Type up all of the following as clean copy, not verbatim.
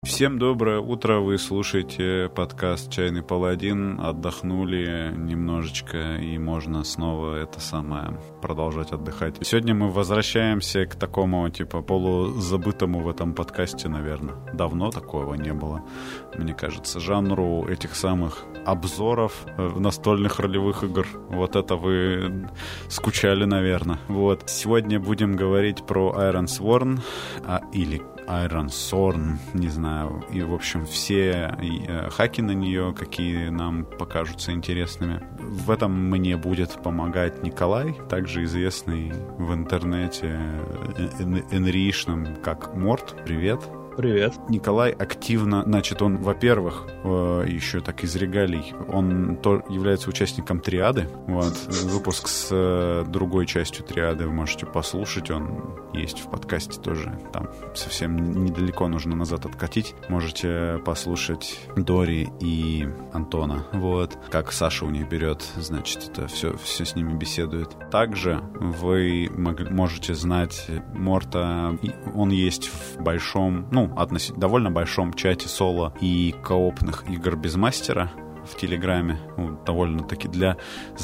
Всем доброе утро, вы слушаете подкаст «Чайный паладин», отдохнули немножечко и можно снова это самое продолжать отдыхать. Сегодня мы возвращаемся к такому типа полузабытому в этом подкасте, наверное. Давно такого не было, мне кажется, жанру этих самых обзоров настольных ролевых игр. Вот это вы скучали, наверное. Вот. Сегодня будем говорить про Ironsworn, или Ironsworn, не знаю, и, в общем, все хаки на нее, какие нам покажутся интересными. В этом мне будет помогать Николай, также известный в интернете энришным как Морт. Привет. Привет. Николай активно, значит, он, во-первых, еще так из регалий, он является участником триады. Вот, выпуск с другой частью триады вы можете послушать, он есть в подкасте тоже, там совсем недалеко нужно назад откатить. можете послушать Дори и Антона, вот, как Саша у них берет, значит, это все с ними беседует. Также вы можете знать Морта, он есть в большом, довольно большом чате соло и коопных игр без мастера в Телеграме. Довольно-таки для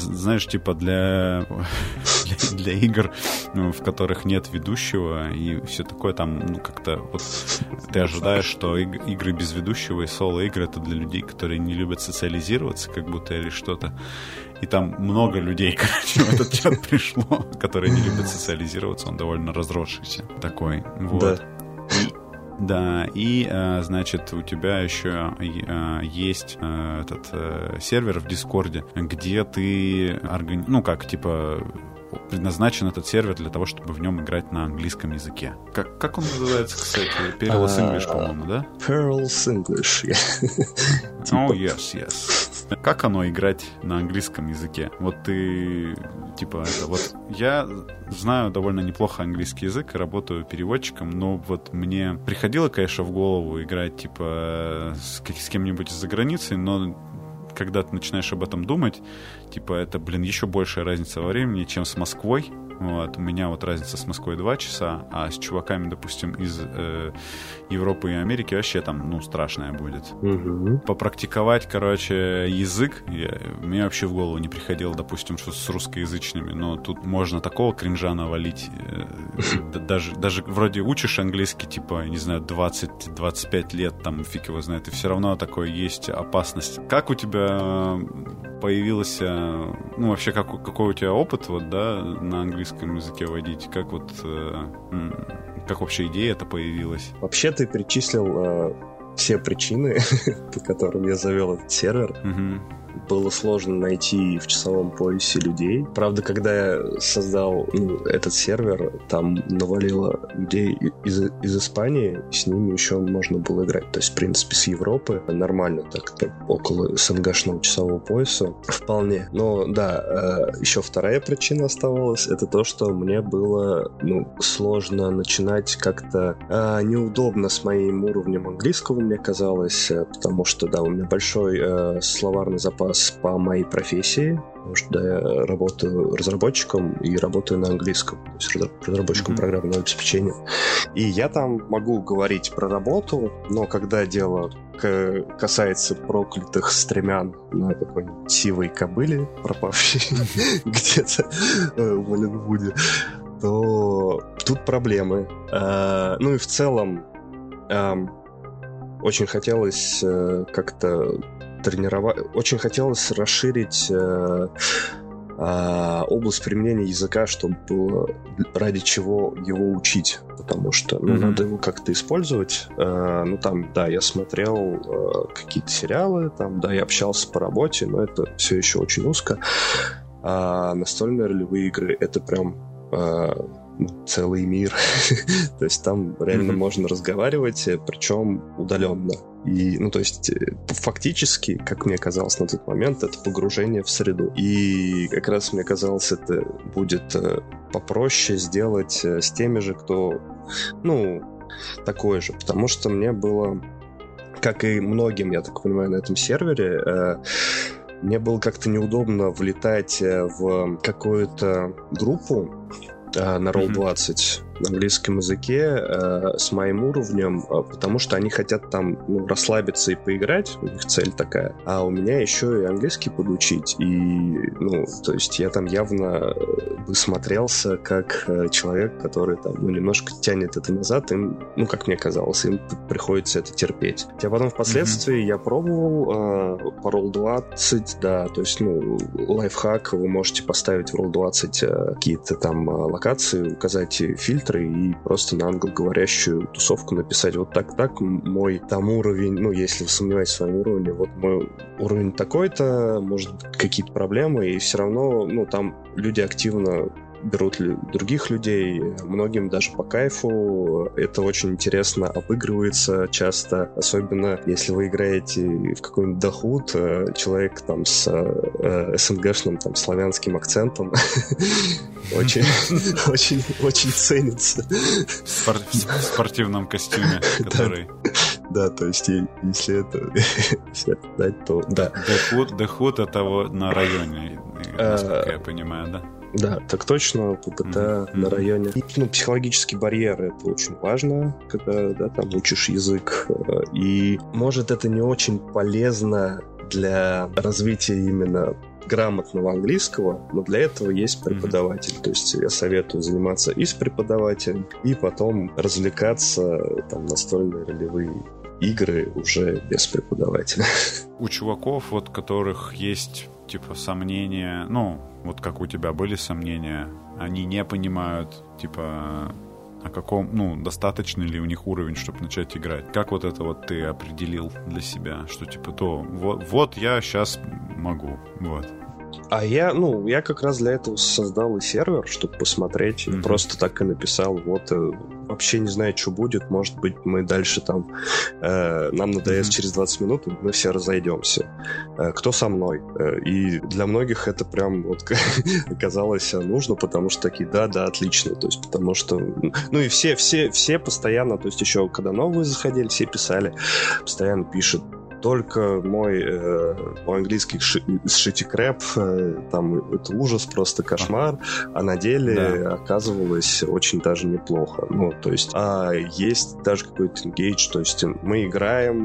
игр, в которых нет ведущего и все такое, там, как-то вот ты ожидаешь, что игры без ведущего и соло-игры — это для людей, которые не любят социализироваться, как будто, или что-то. И там много людей, короче, в этот чат пришло, которые не любят социализироваться. Он довольно разросшийся такой. Вот. Да, и, значит, у тебя еще есть этот сервер в Дискорде, где ты предназначен этот сервер для того, чтобы в нем играть на английском языке. Как он называется, кстати? Perilous English, по-моему, да? Perilous English, Oh, yes. Как оно играть на английском языке? Вот ты, я знаю довольно неплохо английский язык и работаю переводчиком, но вот мне приходило, конечно, в голову играть, с кем-нибудь из-за границы, но когда ты начинаешь об этом думать, это, еще большая разница во времени, чем с Москвой. Вот. У меня вот разница с Москвой 2 часа, а с чуваками, допустим, из Европы и Америки вообще там, страшная будет. Угу. Попрактиковать, язык, мне вообще в голову не приходило, допустим, что с русскоязычными, но тут можно такого кринжа навалить. Даже вроде учишь английский, 20-25 лет, там, фиг его знает, и все равно такое есть опасность. Как у тебя появился, вообще, какой у тебя опыт, на английском языке водить? Как вообще идея эта появилась? Вообще ты перечислил все причины, по которым я завел этот сервер. Угу. Было сложно найти в часовом поясе людей. Правда, когда я создал этот сервер, там навалило людей из Испании, с ними еще можно было играть. То есть, в принципе, с Европы нормально так, около СНГшного часового пояса вполне. Но да, еще вторая причина оставалась, это то, что мне было сложно начинать как-то неудобно с моим уровнем английского, мне казалось, потому что, да, у меня большой словарный запас по моей профессии, потому что я работаю разработчиком и работаю на английском, то есть разработчиком программного обеспечения. И я там могу говорить про работу, но когда дело касается проклятых стремян на какой-нибудь сивой кобыле, пропавшей где-то в Оленвуде, то тут проблемы. И в целом очень хотелось как-то очень хотелось расширить область применения языка, чтобы было ради чего его учить, потому что надо его как-то использовать. Я смотрел какие-то сериалы, я общался по работе, но это все еще очень узко. А настольные ролевые игры — это прям целый мир. То есть там реально можно разговаривать, причем удаленно. И, фактически, как мне казалось на тот момент, это погружение в среду. И как раз мне казалось, это будет попроще сделать с теми же, кто, такой же. Потому что мне было, как и многим, я так понимаю, на этом сервере, мне было как-то неудобно влетать в какую-то группу на Roll20, на английском языке с моим уровнем, потому что они хотят там расслабиться и поиграть, у них цель такая, а у меня еще и английский подучить, и, то есть я там явно бы смотрелся как человек, который там, немножко тянет это назад, им, как мне казалось, им приходится это терпеть. А потом впоследствии я пробовал по Roll20, да, то есть, лайфхак, вы можете поставить в Roll20 какие-то там локации, указать фильтры и просто на англоговорящую тусовку написать вот так, мой там уровень, если вы сомневаетесь в своем уровне, вот мой уровень такой-то, может быть, какие-то проблемы, и все равно, там люди активно берут других людей, многим даже по кайфу. Это очень интересно обыгрывается часто, особенно если вы играете в какой-нибудь Dahut, человек там с СНГшным там славянским акцентом очень ценится. В спортивном костюме, который... Да, то есть, если это дать, то да. Dahut это вот на районе, насколько я понимаю, да? Да, так точно, ППТ на районе. Психологический барьер — это очень важно, когда там учишь язык. И может это не очень полезно для развития именно грамотного английского, но для этого есть преподаватель. То есть я советую заниматься и с преподавателем, и потом развлекаться, там, настольные ролевые игры уже без преподавателя. У чуваков, вот которых есть типа сомнения, вот как у тебя были сомнения, они не понимают, типа, о каком, достаточный ли у них уровень, чтобы начать играть. Как вот это вот ты определил для себя, что типа вот я сейчас могу, вот. А я как раз для этого создал и сервер, чтобы посмотреть, и просто так и написал, вообще не знаю, что будет, может быть, мы дальше там, нам надоест через 20 минут, мы все разойдемся. Кто со мной? И для многих это прям оказалось нужно, потому что такие, да, отлично, то есть потому что, и все постоянно, то есть еще когда новые заходили, все писали, постоянно пишут, только мой английский шитикрэп, там это ужас, просто кошмар, а на деле оказывалось очень даже неплохо. То есть, есть даже какой-то engage, то есть мы играем,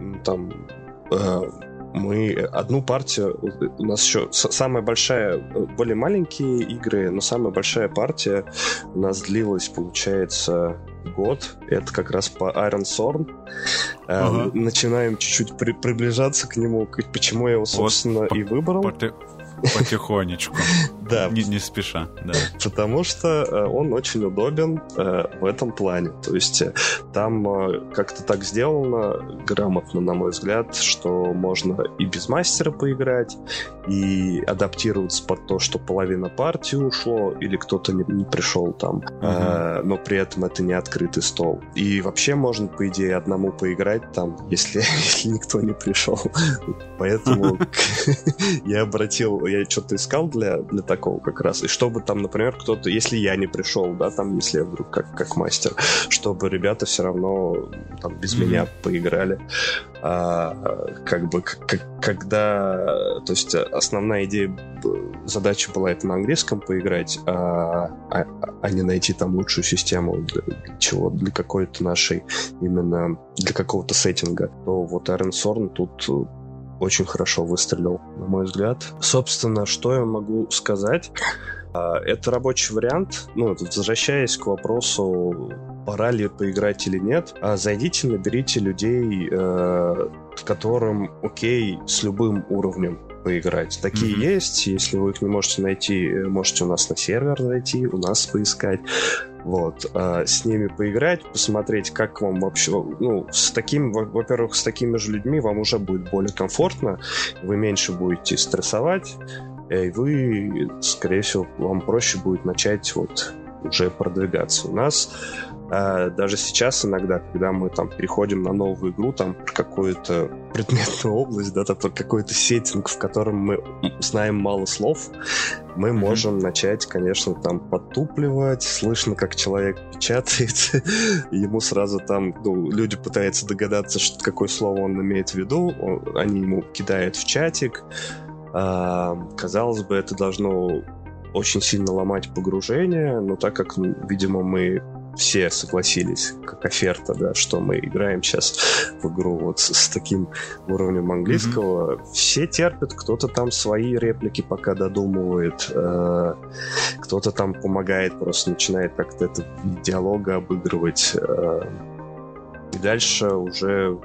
мы одну партию, у нас еще самая большая, более маленькие игры, но самая большая партия у нас длилась, получается, год. Это как раз по Iron Thorn. Начинаем чуть-чуть приближаться к нему, почему я его, собственно, и выбрал. Потихонечку. Да. Не спеша, да. Потому что он очень удобен в этом плане. То есть там как-то так сделано грамотно, на мой взгляд, что можно и без мастера поиграть, и адаптироваться под то, что половина партии ушло, или кто-то не пришел там, но при этом это не открытый стол. И вообще можно, по идее, одному поиграть там, если никто не пришел. Поэтому я что-то искал для такого как раз. И чтобы там, например, кто-то, если я не пришел, да, там, если я вдруг как мастер, чтобы ребята все равно там без меня поиграли. Когда... То есть основная идея, задача была это на английском поиграть, а не найти там лучшую систему для какой-то нашей, именно для какого-то сеттинга. То вот Iron Thorn тут очень хорошо выстрелил, на мой взгляд. Собственно, что я могу сказать? Это рабочий вариант. Возвращаясь к вопросу, пора ли поиграть или нет, зайдите, наберите людей, которым окей с любым уровнем поиграть. Такие есть. Если вы их не можете найти, можете у нас на сервер зайти, у нас поискать. С ними поиграть, посмотреть, как вам вообще... во-первых, с такими же людьми вам уже будет более комфортно, вы меньше будете стрессовать, и вы, скорее всего, вам проще будет начать уже продвигаться. У нас даже сейчас иногда, когда мы там переходим на новую игру, там какую-то предметную область, да, там какой-то сеттинг, в котором мы знаем мало слов, мы можем начать, конечно, там подтупливать, слышно, как человек печатает, и ему сразу там, люди пытаются догадаться, какое слово он имеет в виду, они ему кидают в чатик. Казалось бы, это должно очень сильно ломать погружение, но так как, видимо, мы все согласились, как оферта, да, что мы играем сейчас в игру вот с таким уровнем английского. Все терпят, кто-то там свои реплики пока додумывает, кто-то там помогает, просто начинает как-то это в диалога обыгрывать. И дальше уже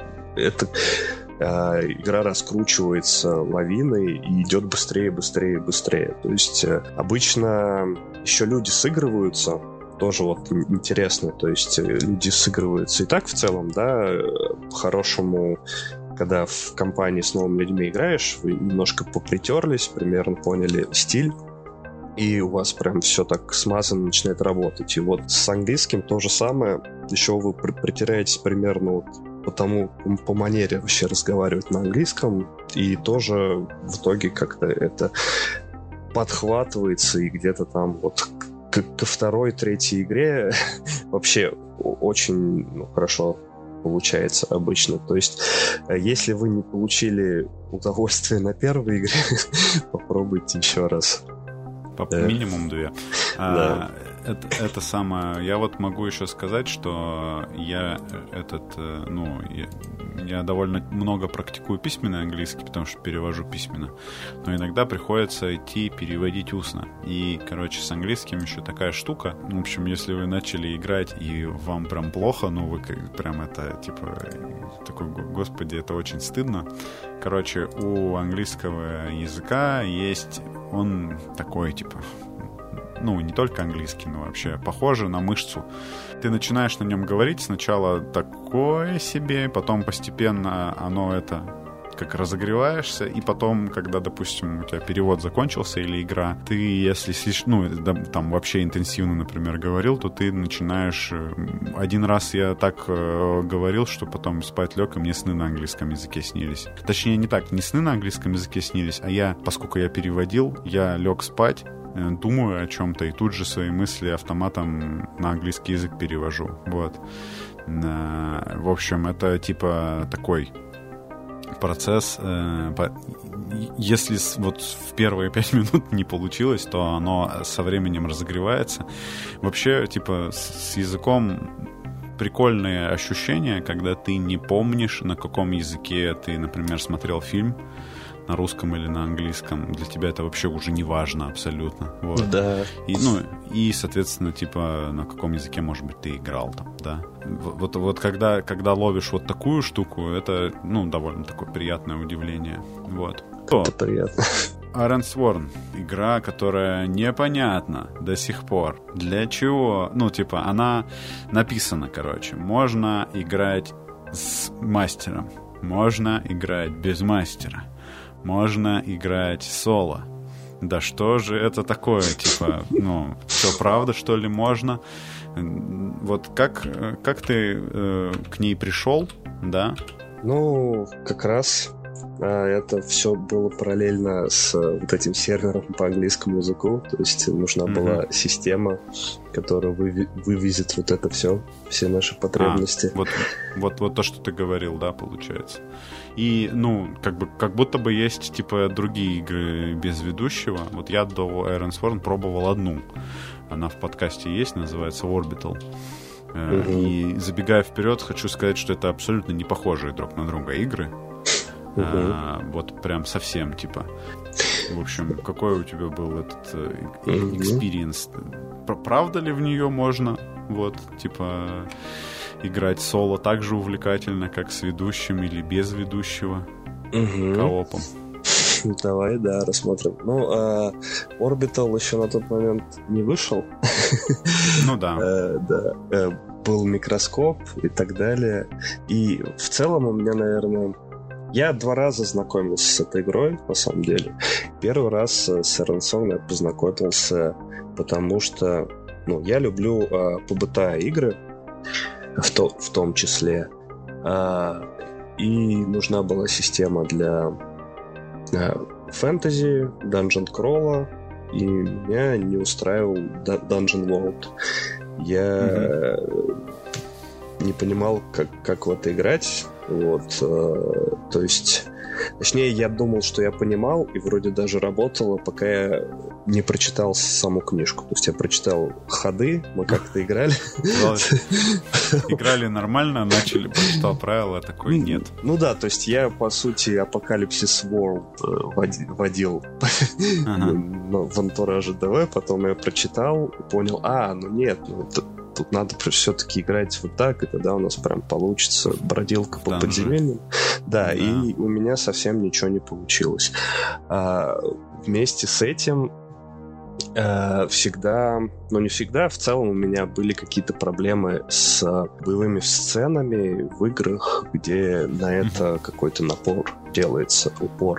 игра раскручивается лавиной и идет быстрее, быстрее, быстрее. То есть обычно еще люди сыгрываются, тоже вот интересно, то есть люди сыгрываются и так в целом, да, по-хорошему, когда в компании с новыми людьми играешь, вы немножко попритерлись, примерно поняли стиль, и у вас прям все так смазано начинает работать. И вот с английским то же самое, еще вы притираетесь примерно вот по манере вообще разговаривать на английском, и тоже в итоге как-то это подхватывается, и где-то там вот ко второй, третьей игре вообще очень хорошо получается обычно. То есть, если вы не получили удовольствие на первой игре, попробуйте еще раз. Минимум 2. Да. Это самое... Я вот могу еще сказать, что я довольно много практикую письменный английский, потому что перевожу письменно. Но иногда приходится идти переводить устно. И, короче, с английским еще такая штука. В общем, если вы начали играть, и вам прям плохо, ну, вы прям это, типа, такой, господи, это очень стыдно. Короче, у английского языка есть... Он такой, типа... Ну, не только английский, но вообще похоже на мышцу. Ты начинаешь на нем говорить сначала такое себе, потом постепенно оно это как разогреваешься, и потом, когда, допустим, у тебя перевод закончился или игра, ты, если там вообще интенсивно, например, говорил, то ты начинаешь... Один раз я так говорил, что потом спать лег, и мне сны на английском языке снились. Точнее, не так, не сны на английском языке снились, а поскольку я переводил, я лег спать, думаю о чем-то, и тут же свои мысли автоматом на английский язык перевожу. Вот. В общем, это типа такой процесс. Если вот в первые 5 минут не получилось, то оно со временем разогревается. Вообще, типа, с языком прикольные ощущения, когда ты не помнишь, на каком языке ты, например, смотрел фильм, на русском или на английском. Для тебя это вообще уже не важно абсолютно. Вот. Да. И, соответственно, типа, на каком языке, может быть, ты играл там, да. Вот когда ловишь вот такую штуку, это, довольно такое приятное удивление. Вот. Это приятно. Iron Sworn. Игра, которая непонятна до сих пор. Для чего? Она написана, короче. Можно играть с мастером. Можно играть без мастера. Можно играть соло. Да что же это такое? Типа, все правда, что ли, можно? Вот как ты к ней пришел, да? Как раз это все было параллельно с вот этим сервером по английскому языку. То есть нужна была система, которая вывезет вот это все наши потребности. Вот то, что ты говорил, да, получается. И, как будто бы есть, типа, другие игры без ведущего. Вот я до Iron Sworn пробовал одну. Она в подкасте есть, называется Orbital. И забегая вперед, хочу сказать, что это абсолютно не похожие друг на друга игры. Вот прям совсем, типа. В общем, какой у тебя был этот экспириенс? Правда ли в нее можно, вот, типа, играть соло так же увлекательно, как с ведущим или без ведущего коопом? Давай, да, рассмотрим. Orbital еще на тот момент не вышел. Да. Да. Был микроскоп и так далее. И в целом у меня, наверное... Я 2 раза знакомился с этой игрой, на самом деле. Первый раз с Iron Sworn я познакомился, потому что, я люблю ПБТА игры, в том числе. И нужна была система для фэнтези, данжен-кролла, и меня не устраивал Dungeon World. Я не понимал, как в это играть. Вот, то есть Точнее, я думал, что я понимал, и вроде даже работало, пока я не прочитал саму книжку. То есть я прочитал ходы, мы как-то играли. Играли нормально, начали, прочитал правила, такой нет. Ну да, то есть я, по сути, Apocalypse World водил в антураже ДВ, потом я прочитал и понял, ну нет, тут надо все-таки играть вот так, и тогда у нас прям получится бродилка по подземельям. Да, и у меня совсем ничего не получилось. Вместе с этим всегда, не всегда, в целом у меня были какие-то проблемы с боевыми сценами в играх, где на это какой-то напор делается, упор.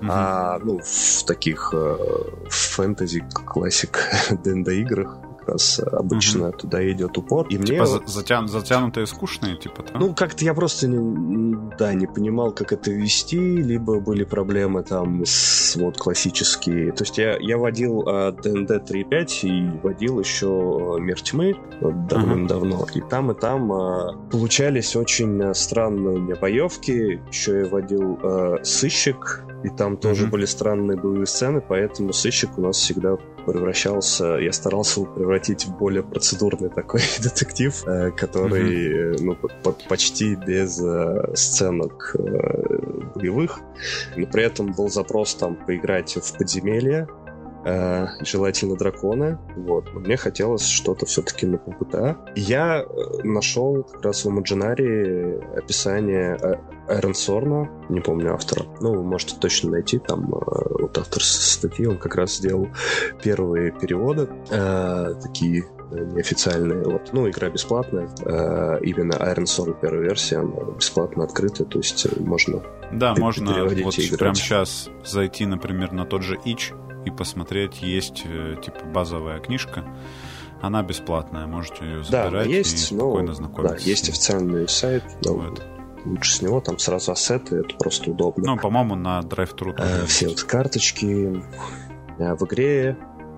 В таких фэнтези, классик ДНД играх раз обычно туда идет упор. И типа мне... затянутые скучные, типа там? Как-то я просто не понимал, как это вести, либо были проблемы там с классические. То есть я водил ДНД 3.5 и водил еще Мир тьмы давным-давно. И там получались очень странные у меня боевки. Еще я водил Сыщик, и там тоже были странные боевые сцены, поэтому Сыщик у нас всегда превращался, я старался его превратить в более процедурный такой детектив, который почти без сценок боевых, но при этом был запрос там поиграть в подземелье, желательно дракона, но мне хотелось что-то все-таки на ПБТА. Я нашел как раз в Imaginary описание Айронсорна, не помню автора, вы можете точно найти, там автор статьи, он как раз сделал первые переводы, такие неофициальные. Игра бесплатная, именно Ironsorn первая версия, она бесплатно открытая, то есть можно можно переводить и играть. Прямо сейчас зайти, например, на тот же Itch и посмотреть, есть типа базовая книжка, она бесплатная, можете ее забирать и спокойно знакомиться. Да, есть официальный сайт, лучше с него, там сразу ассеты, это просто удобно. По-моему, на Drive-Thru все карточки в игре,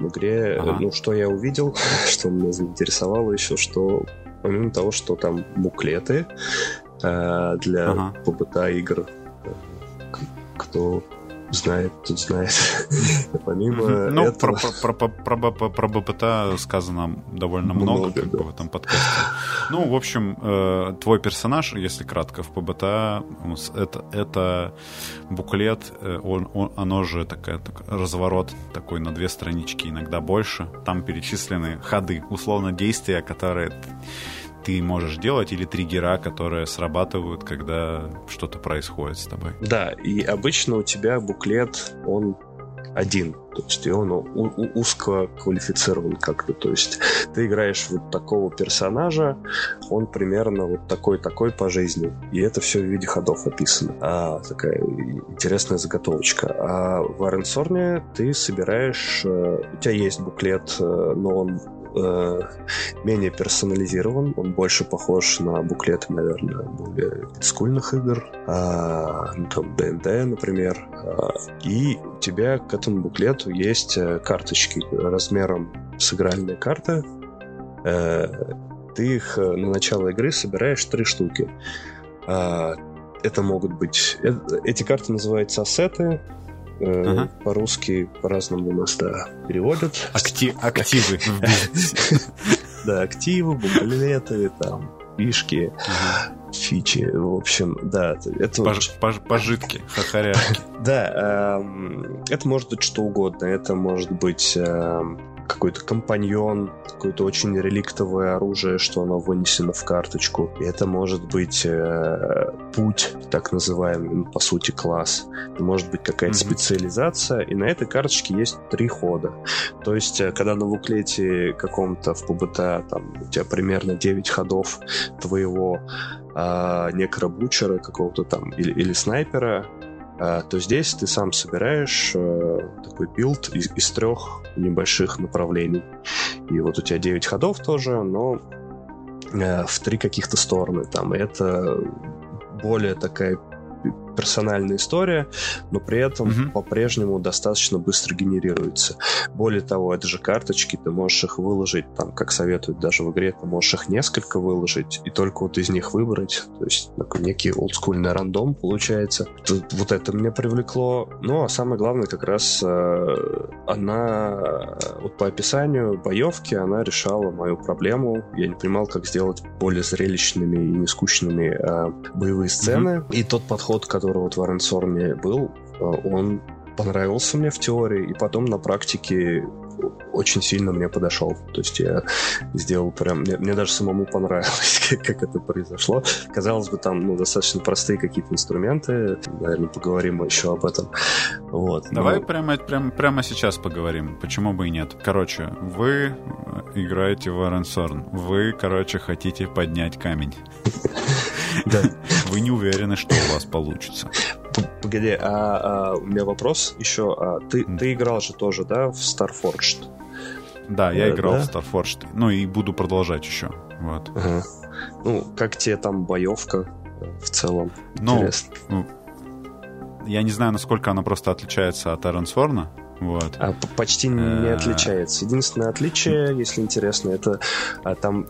что я увидел, что меня заинтересовало еще, что помимо того, что там буклеты для ПБТА игр, кто знает, тот знает. Помимо этого... Про БПТА сказано довольно много в этом подкасте. В общем, твой персонаж, если кратко, в ПБТА, это буклет, оно же разворот такой на 2 странички, иногда больше. Там перечислены ходы, условно действия, которые ты можешь делать, или триггера, которые срабатывают, когда что-то происходит с тобой. Да, и обычно у тебя буклет, он один, то есть он узко квалифицирован как-то, то есть ты играешь такого персонажа, он примерно такой по жизни, и это все в виде ходов описано. Такая интересная заготовочка. А в Айронсорне ты собираешь, у тебя есть буклет, но он менее персонализирован, он больше похож на буклеты, наверное, более олдскульных игр, там D&D, например, и у тебя к этому буклету есть карточки размером с игральные карты. Ты их на начало игры собираешь 3 штуки. Это могут быть... Эти карты называются ассеты. По-русски по-разному у нас, переводят. Активы. Да, активы, буклеты, там, фишки, фичи, в общем, да. Это пожитки, хахаряшки. Да, это может быть что угодно. Это может быть какой-то компаньон, какое-то очень реликтовое оружие, что оно вынесено в карточку. И это может быть путь, так называемый, по сути, класс. Это может быть какая-то специализация, и на этой карточке есть 3 хода. То есть, когда на буклете каком-то в ПБТА там у тебя примерно 9 ходов твоего некробучера какого-то там или снайпера, то здесь ты сам собираешь такой билд из 3 небольших направлений. И у тебя 9 ходов тоже, но в 3 каких-то стороны. Там. И это более такая персональная история, но при этом по-прежнему достаточно быстро генерируется. Более того, это же карточки, ты можешь их выложить, там, как советуют даже в игре, ты можешь их несколько выложить и только вот из них выбрать. То есть такой некий олдскульный рандом получается. Вот это меня привлекло. Ну, а самое главное, как раз она вот по описанию боевки, она решала мою проблему. Я не понимал, как сделать более зрелищными и нескучными боевые сцены. И тот подход, который вот в Аренсорне был, он понравился мне в теории, и потом на практике очень сильно мне подошел. То есть я сделал прям... Мне даже самому понравилось, как это произошло. Казалось бы, там достаточно простые какие-то инструменты. Наверное, поговорим еще об этом. Вот. Давай прямо сейчас поговорим. Почему бы и нет? Короче, вы играете в Аренсорн. Вы, хотите поднять камень. Да. Вы не уверены, что у вас получится. Погоди, у меня вопрос еще. Ты играл же тоже, да, в Starforged? Да, я играл в Starforged. Ну и буду продолжать еще. Вот. Ага. Ну, как тебе там боевка в целом? Интересно. Я не знаю, насколько она просто отличается от Аренсорна. Вот. Почти не отличается. Единственное отличие, если интересно, это там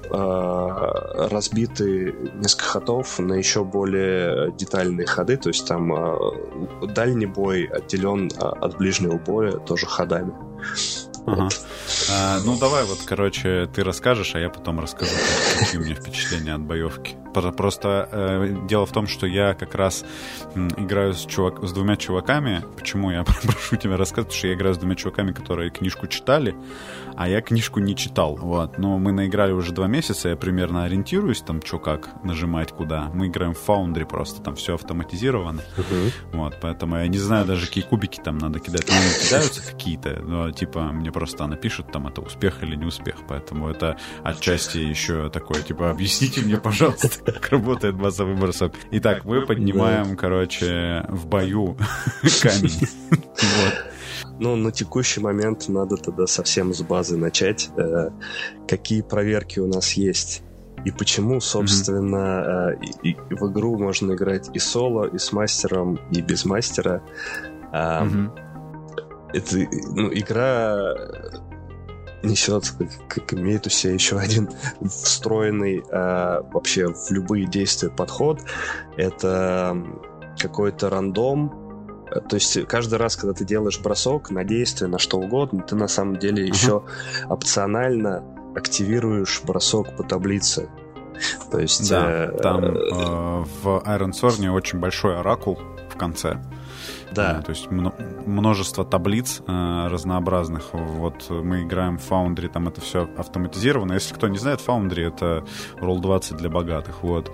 разбиты несколько ходов на еще более детальные ходы, то есть там дальний бой отделен от ближнего боя тоже ходами. Ага. Ну давай ты расскажешь, а я потом расскажу, какие у меня впечатления от боевки. Просто дело в том, что я как раз играю с двумя чуваками. Почему я прошу тебя рассказать? Потому что я играю с двумя чуваками, которые книжку читали, а я книжку не читал. Вот. Но мы наиграли уже 2 месяца, я примерно ориентируюсь, там, что как нажимать куда. Мы играем в Foundry просто, там все автоматизировано. Вот, поэтому я не знаю даже, какие кубики там надо кидать. Ну, кидаются какие-то, но типа мне просто напишут, там, это успех или не успех. Поэтому это отчасти еще такое, типа, объясните мне, пожалуйста, как работает базовый бросок. Итак, мы поднимаем, в бою камень. Вот. Ну, на текущий момент надо тогда совсем с базы начать. Какие проверки у нас есть? И почему, собственно, в игру можно играть и соло, и с мастером, и без мастера. Это, игра несет, как имеет у себя еще один встроенный вообще в любые действия подход. Это какой-то рандом. То есть каждый раз, когда ты делаешь бросок на действие, на что угодно, ты на самом деле еще опционально активируешь бросок по таблице. То есть... Да, там в Аренсорне очень большой оракул в конце. Да. То есть множество таблиц разнообразных. Вот мы играем в Foundry, там это все автоматизировано. Если кто не знает, Foundry — это Roll20 для богатых. Вот.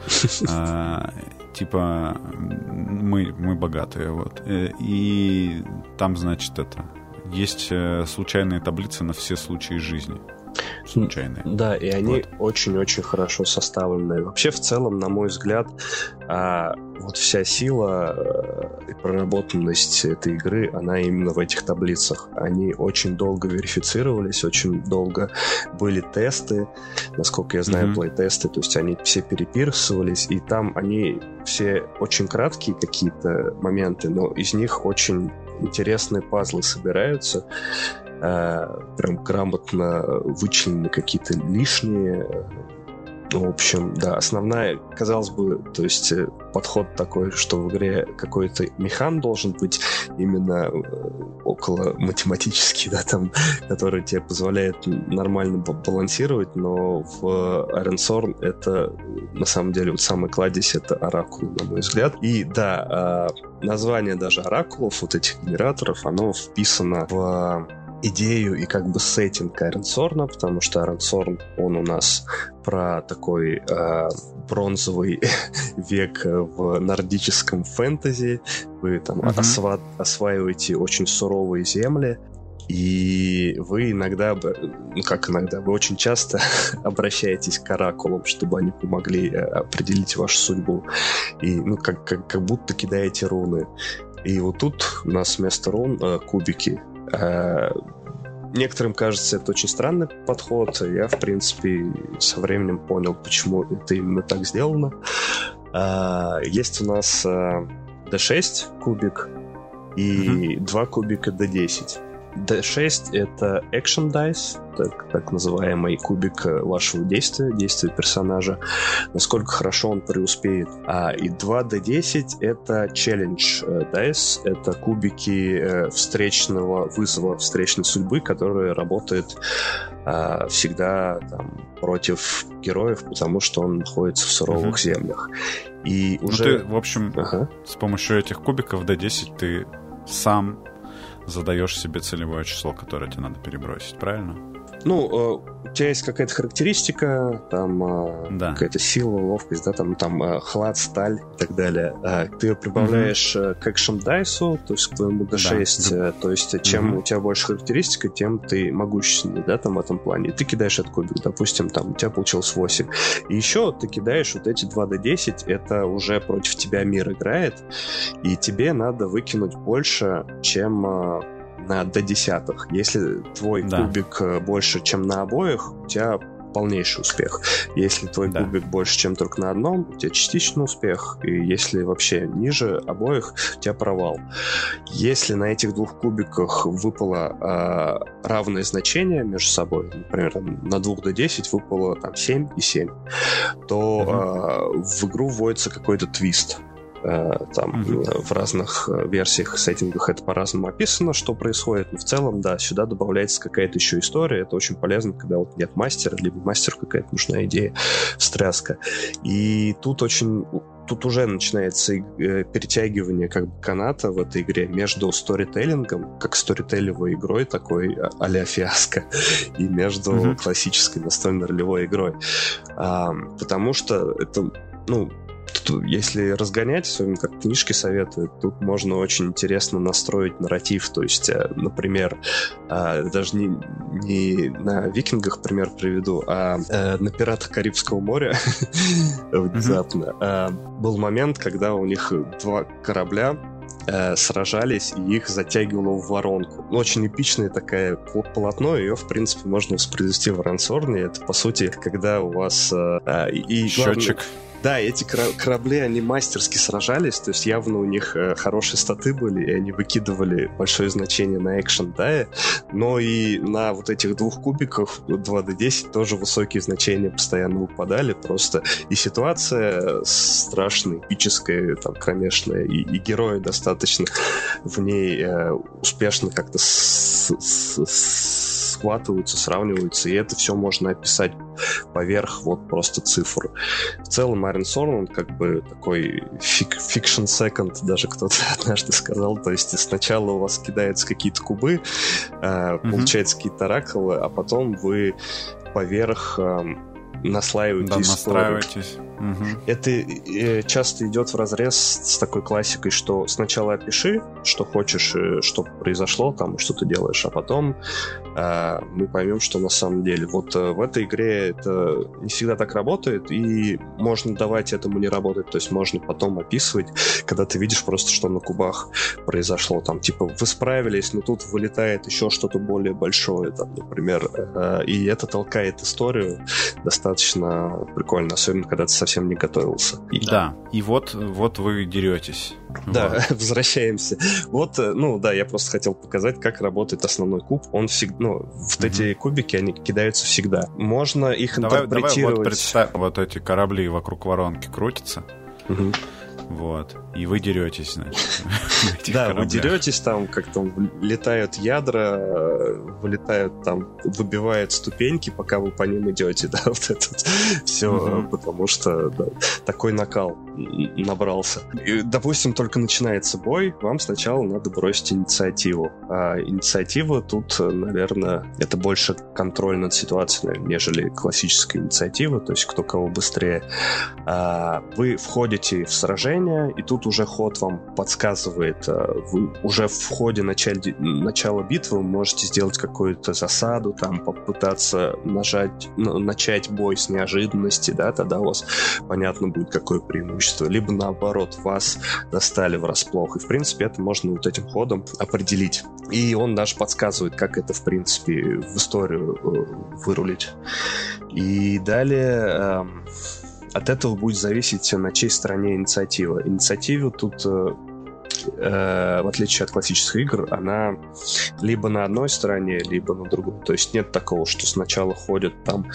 Типа мы богатые. Вот. И там, значит, есть случайные таблицы на все случаи жизни. Случайные. Да, и они очень-очень хорошо составлены. Вообще, в целом, на мой взгляд, вот вся сила и проработанность этой игры, она именно в этих таблицах. Они очень долго верифицировались, очень долго были тесты, насколько я знаю, плей-тесты, то есть они все переписывались, и там они все очень краткие какие-то моменты, но из них очень интересные пазлы собираются. Прям грамотно вычленены какие-то лишние. В общем, да, основная, казалось бы, то есть подход такой, что в игре какой-то механ должен быть именно около математический, да, там, который тебе позволяет нормально балансировать, но в Аренсорн это на самом деле вот самый кладезь — это оракул, на мой взгляд. И да, название даже оракулов, вот этих генераторов, оно вписано в идею и как бы сеттинг Аренсорна, потому что Аренсорн, он у нас про такой бронзовый век в нордическом фэнтези. Вы там осваиваете очень суровые земли, и вы иногда, вы очень часто обращаетесь к оракулам, чтобы они помогли определить вашу судьбу. И как будто кидаете руны. И вот тут у нас вместо рун кубики. Некоторым кажется это очень странный подход. Я, в принципе, со временем понял, почему это именно так сделано. Есть у нас D6 кубик и 2 кубика D10. D6 — это action dice, так называемый кубик вашего действия персонажа, насколько хорошо он преуспеет. И 2D10 — это challenge dice, это кубики встречного вызова, встречной судьбы, которые работают всегда там, против героев, потому что он находится в суровых землях. И уже... ты, в общем, с помощью этих кубиков D10 ты сам задаешь себе целевое число, которое тебе надо перебросить, правильно? У тебя есть какая-то характеристика, там какая-то сила, ловкость, да, там хлад, сталь и так далее. Ты ее прибавляешь к экшн дайсу, то есть к твоему D6, то есть чем у тебя больше характеристика, тем ты могущественный, да, там в этом плане. И ты кидаешь этот кубик, допустим, там у тебя получилось 8. И еще ты кидаешь вот эти 2D10, это уже против тебя мир играет, и тебе надо выкинуть больше, чем на D10. Если твой кубик больше, чем на обоих, у тебя полнейший успех. Если твой кубик больше, чем только на одном, у тебя частичный успех. И если вообще ниже обоих, у тебя провал. Если на этих двух кубиках выпало равное значение между собой, например, на 2D10 выпало там 7 и 7, то в игру вводится какой-то твист. Там в разных версиях, сеттингах это по-разному описано, что происходит, но в целом, да, сюда добавляется какая-то еще история. Это очень полезно, когда вот нет мастера, либо мастеру какая-то нужна идея, встряска. И тут уже начинается перетягивание как бы каната в этой игре между сторителлингом, как сторителевой игрой такой а-ля фиаско, и между классической настольной ролевой игрой. Потому что это, если разгонять, особенно как книжки советуют, тут можно очень интересно настроить нарратив. То есть, например, даже не на викингах пример приведу, а на пиратах Карибского моря внезапно был момент, когда у них 2 корабля сражались, и их затягивало в воронку. Очень эпичное такое полотно, ее, в принципе, можно воспроизвести в Рансорне. Это, по сути, когда у вас... счетчик. Да, эти корабли, они мастерски сражались, то есть явно у них хорошие статы были, и они выкидывали большое значение на экшен, да, но и на вот этих 2 кубиках 2D10 тоже высокие значения постоянно выпадали, просто и ситуация страшная, эпическая, там, кромешная, и герои достаточно в ней успешно как-то схватываются, сравниваются, и это все можно описать поверх вот просто цифр. В целом Iron Sword, он как бы такой fiction second, даже кто-то однажды сказал, то есть сначала у вас кидаются какие-то кубы, получается какие-то оракулы, а потом вы поверх наслаиваете историю. Настраиваетесь. Это часто идет вразрез с такой классикой, что сначала опиши, что хочешь, что произошло, там, что ты делаешь, а потом мы поймем, что на самом деле. Вот в этой игре это не всегда так работает, и можно давать этому не работать, то есть можно потом описывать, когда ты видишь просто, что на кубах произошло, там, типа, вы справились, но тут вылетает еще что-то более большое, там, например, и это толкает историю достаточно прикольно, особенно когда ты совсем не готовился. И вот вы деретесь. Да, возвращаемся. Вот, я просто хотел показать, как работает основной куб. Он всегда, вот эти кубики, они кидаются всегда. Можно их интерпретировать. Давай вот представь, вот эти корабли вокруг воронки крутятся. Вот. И вы деретесь, значит. Да, вы деретесь, там, как там летают ядра, вылетают там, выбивают ступеньки, пока вы по ним идете, да, вот это все, потому что такой накал набрался. И, допустим, только начинается бой, вам сначала надо бросить инициативу. А инициатива тут, наверное, это больше контроль над ситуацией, нежели классическая инициатива, то есть кто кого быстрее. Вы входите в сражение, и тут уже ход вам подсказывает, вы уже в ходе начала битвы вы можете сделать какую-то засаду, там попытаться начать бой с неожиданности, да, тогда у вас понятно будет, какое преимущество. Либо наоборот, вас достали врасплох. И в принципе это можно вот этим ходом определить. И он даже подсказывает, как это в принципе в историю вырулить. И далее... От этого будет зависеть, на чьей стороне инициатива. Инициативу тут в отличие от классических игр, она либо на одной стороне, либо на другой. То есть нет такого, что сначала ходят там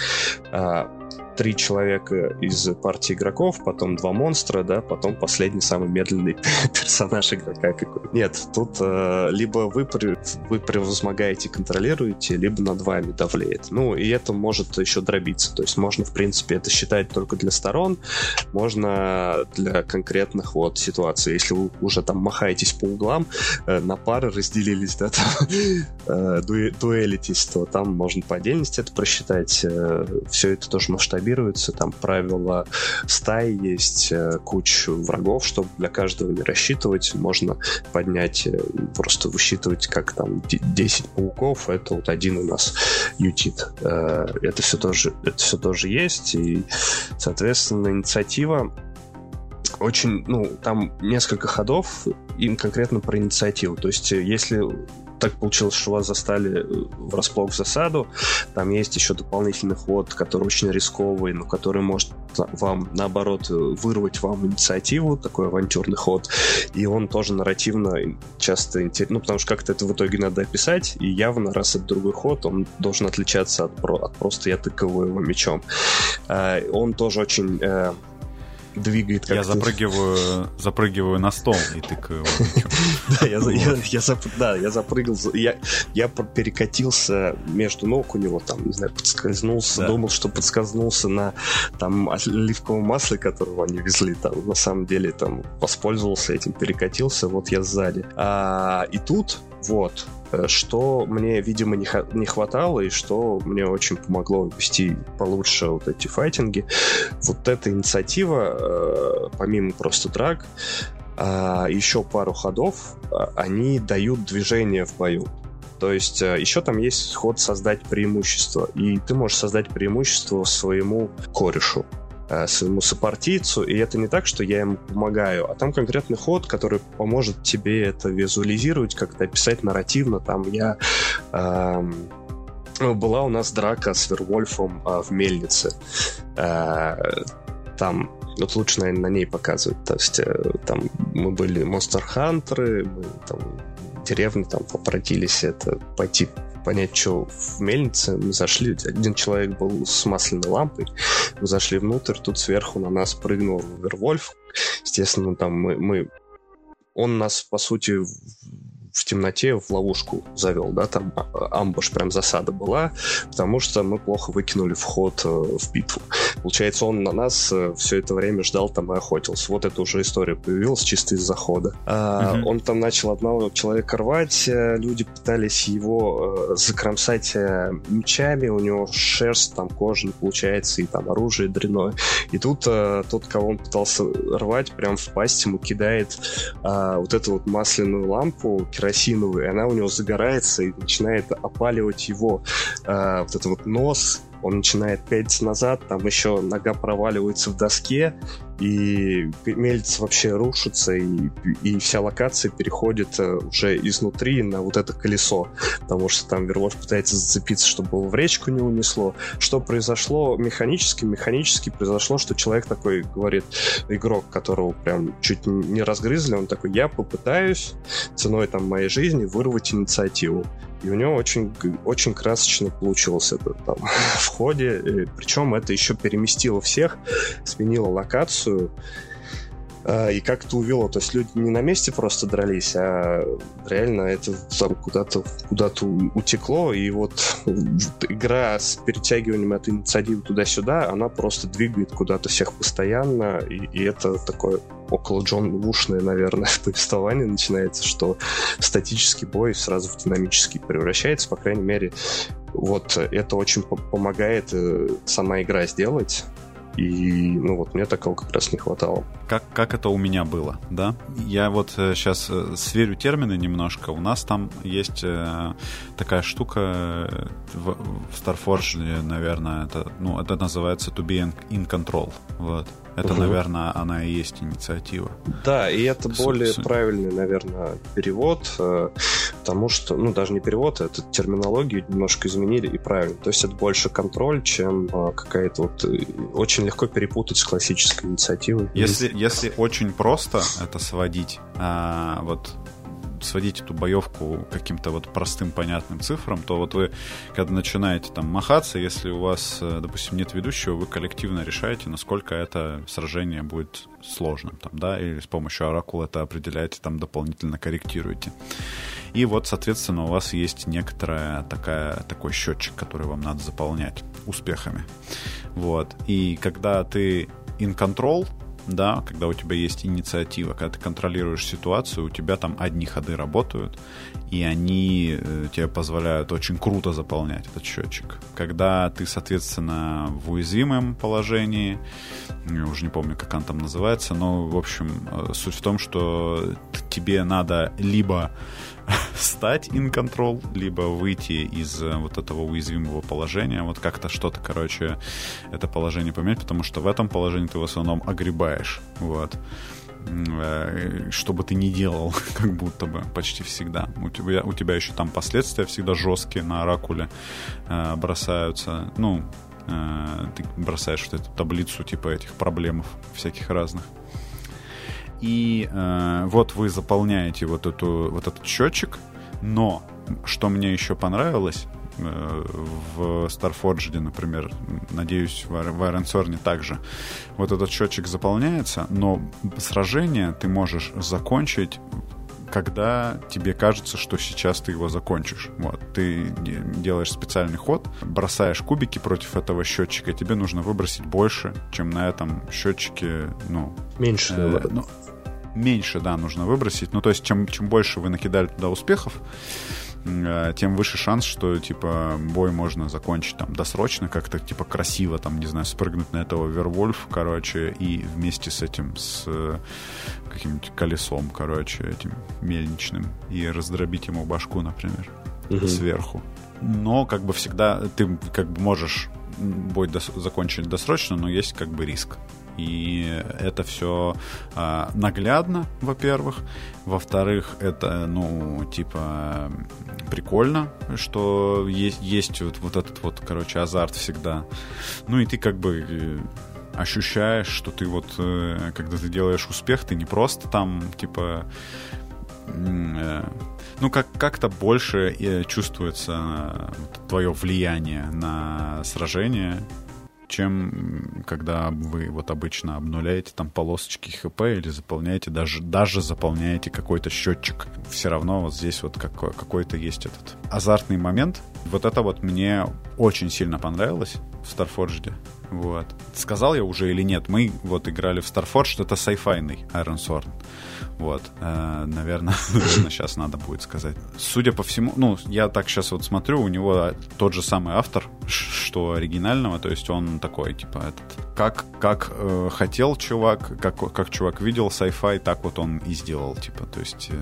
3 человека из партии игроков, потом 2 монстра, да, потом последний самый медленный персонаж игрока какой-то. Нет, тут либо вы превозмогаете, контролируете, либо над вами давлеет. Ну, и это может еще дробиться. То есть можно, в принципе, это считать только для сторон, можно для конкретных вот ситуаций. Если вы уже там махаетесь по углам, на пары разделились, да, там, дуэлитесь, то там можно по отдельности это просчитать. Все это тоже масштабируется. Там правила стаи есть, куча врагов, чтобы для каждого не рассчитывать. Можно поднять, просто высчитывать, как там 10 пауков, это вот один у нас ютит. Это все тоже есть, и, соответственно, инициатива очень, ну, там несколько ходов, им конкретно про инициативу. То есть, если так получилось, что вас застали врасплох в засаду, там есть еще дополнительный ход, который очень рисковый, но который может вам, наоборот, вырвать вам инициативу, такой авантюрный ход, и он тоже нарративно часто интересен, ну, потому что как-то это в итоге надо описать, и явно, раз это другой ход, он должен отличаться от просто я тыкаю его мечом. Он тоже очень двигает как-то. Я запрыгиваю на стол и тыкаю его. Да, я запрыгал, я перекатился между ног у него, там, не знаю, подскользнулся, думал, что подскользнулся на там оливковом масле, которого они везли, там, на самом деле, там, воспользовался этим, перекатился, вот я сзади. И тут, вот, что мне, видимо, не хватало, и что мне очень помогло вести получше вот эти файтинги. Вот эта инициатива, помимо просто драк, еще пару ходов, они дают движение в бою. То есть еще там есть ход создать преимущество, и ты можешь создать преимущество своему корешу, своему сопартийцу, и это не так, что я ему помогаю, а там конкретный ход, который поможет тебе это визуализировать, как-то описать нарративно. Там была у нас драка с Вервольфом в мельнице. Там вот лучше, наверное, на ней показывать. То есть там мы были монстр-хантеры, мы там в деревне там попротились это пойти понять, что в мельнице. Мы зашли, один человек был с масляной лампой, мы зашли внутрь, тут сверху на нас прыгнул Вервольф. Естественно, там он нас, по сути, в темноте в ловушку завел, да, там амбуш, прям засада была, потому что мы плохо выкинули вход в битву. Получается, он на нас все это время ждал там и охотился. Вот эта уже история появилась чисто из захода. Он там начал одного человека рвать, люди пытались его закромсать мечами, у него шерсть, там кожа не получается, и там оружие дрянное. И тут тот, кого он пытался рвать, прям в пасть ему кидает вот эту вот масляную лампу керосиновую, и она у него загорается и начинает опаливать его вот этот вот нос. Он начинает пятиться назад, там еще нога проваливается в доске, и мельница вообще рушится, и вся локация переходит уже изнутри на вот это колесо, потому что там Вервольф пытается зацепиться, чтобы его в речку не унесло. Что произошло механически? Механически произошло, что человек такой говорит, игрок, которого прям чуть не разгрызли, он такой, я попытаюсь ценой там моей жизни вырвать инициативу. И у него очень, очень красочно получилось это там в ходе. Причем это еще переместило всех, сменило локацию и как-то увело. То есть люди не на месте просто дрались, а реально это там куда-то утекло. И вот игра с перетягиванием этой инициативы туда-сюда, она просто двигает куда-то всех постоянно. И это такое около Джон Вушное, наверное, повествование начинается, что статический бой сразу в динамический превращается. По крайней мере, вот это очень помогает сама игра сделать. И, ну вот, мне такого как раз не хватало. Как это у меня было, да? Я вот сейчас сверю термины немножко. У нас там есть такая штука в Starforge, наверное, это называется to be in control. Вот. Это, наверное, она и есть инициатива. Да, и это более правильный, наверное, перевод. тому, что, ну, даже не перевод, это терминологию немножко изменили и правильно. То есть это больше контроль, чем какая-то вот... Очень легко перепутать с классической инициативой. Если очень просто это сводить, сводить эту боевку к каким-то вот простым, понятным цифрам, то вот вы, когда начинаете там махаться, если у вас, допустим, нет ведущего, вы коллективно решаете, насколько это сражение будет сложным, там, да, или с помощью оракула это определяете, там, дополнительно корректируете. И вот, соответственно, у вас есть такой счетчик, который вам надо заполнять успехами. Вот. И когда ты in control, да, когда у тебя есть инициатива, когда ты контролируешь ситуацию, у тебя там одни ходы работают, и они тебе позволяют очень круто заполнять этот счетчик. Когда ты, соответственно, в уязвимом положении, я уже не помню, как он там называется, но, в общем, суть в том, что тебе надо либо стать in control, либо выйти из вот этого уязвимого положения, вот как-то что-то, короче, это положение поменять, потому что в этом положении ты в основном огребаешь, вот. Что бы ты ни делал, как будто бы, почти всегда. У тебя еще там последствия всегда жесткие на оракуле бросаются. Ну, ты бросаешь вот эту таблицу типа этих проблем всяких разных. И вот вы заполняете вот этот счетчик, но что мне еще понравилось в Starforged, например, надеюсь, в Ironsorn также, вот этот счетчик заполняется, но сражение ты можешь закончить, когда тебе кажется, что сейчас ты его закончишь. Вот. Ты делаешь специальный ход, бросаешь кубики против этого счетчика, и тебе нужно выбросить больше, чем на этом счетчике, ну... Меньше, меньше, да, нужно выбросить. Ну, то есть, чем больше вы накидали туда успехов, тем выше шанс, что, типа, бой можно закончить там досрочно, как-то, типа, красиво, там, не знаю, спрыгнуть на этого Вервольф, короче, и вместе с этим, с каким-нибудь колесом, короче, этим мельничным, и раздробить ему башку, например, сверху. Но, как бы, всегда ты, как бы, можешь бой закончить досрочно, но есть, как бы, риск. И это все наглядно, во-первых. Во-вторых, это, ну, типа, прикольно, что есть вот этот вот, короче, азарт всегда. Ну, и ты как бы ощущаешь, что ты вот, когда ты делаешь успех, ты не просто там, типа... Ну, как-то больше чувствуется твое влияние на сражение, чем когда вы вот обычно обнуляете там полосочки ХП или заполняете, даже заполняете какой-то счетчик. Все равно вот здесь вот какой-то есть этот азартный момент. Вот это вот мне очень сильно понравилось в Starforged. Вот. Сказал я уже или нет? Мы вот играли в Starforged, это sci-fi-ный Ironsorn. Вот. Наверное, сейчас надо будет сказать. Судя по всему, ну, я так сейчас вот смотрю, у него тот же самый автор, что оригинального, то есть он такой, типа, как хотел чувак, как чувак видел sci-fi, так вот он и сделал, типа, то есть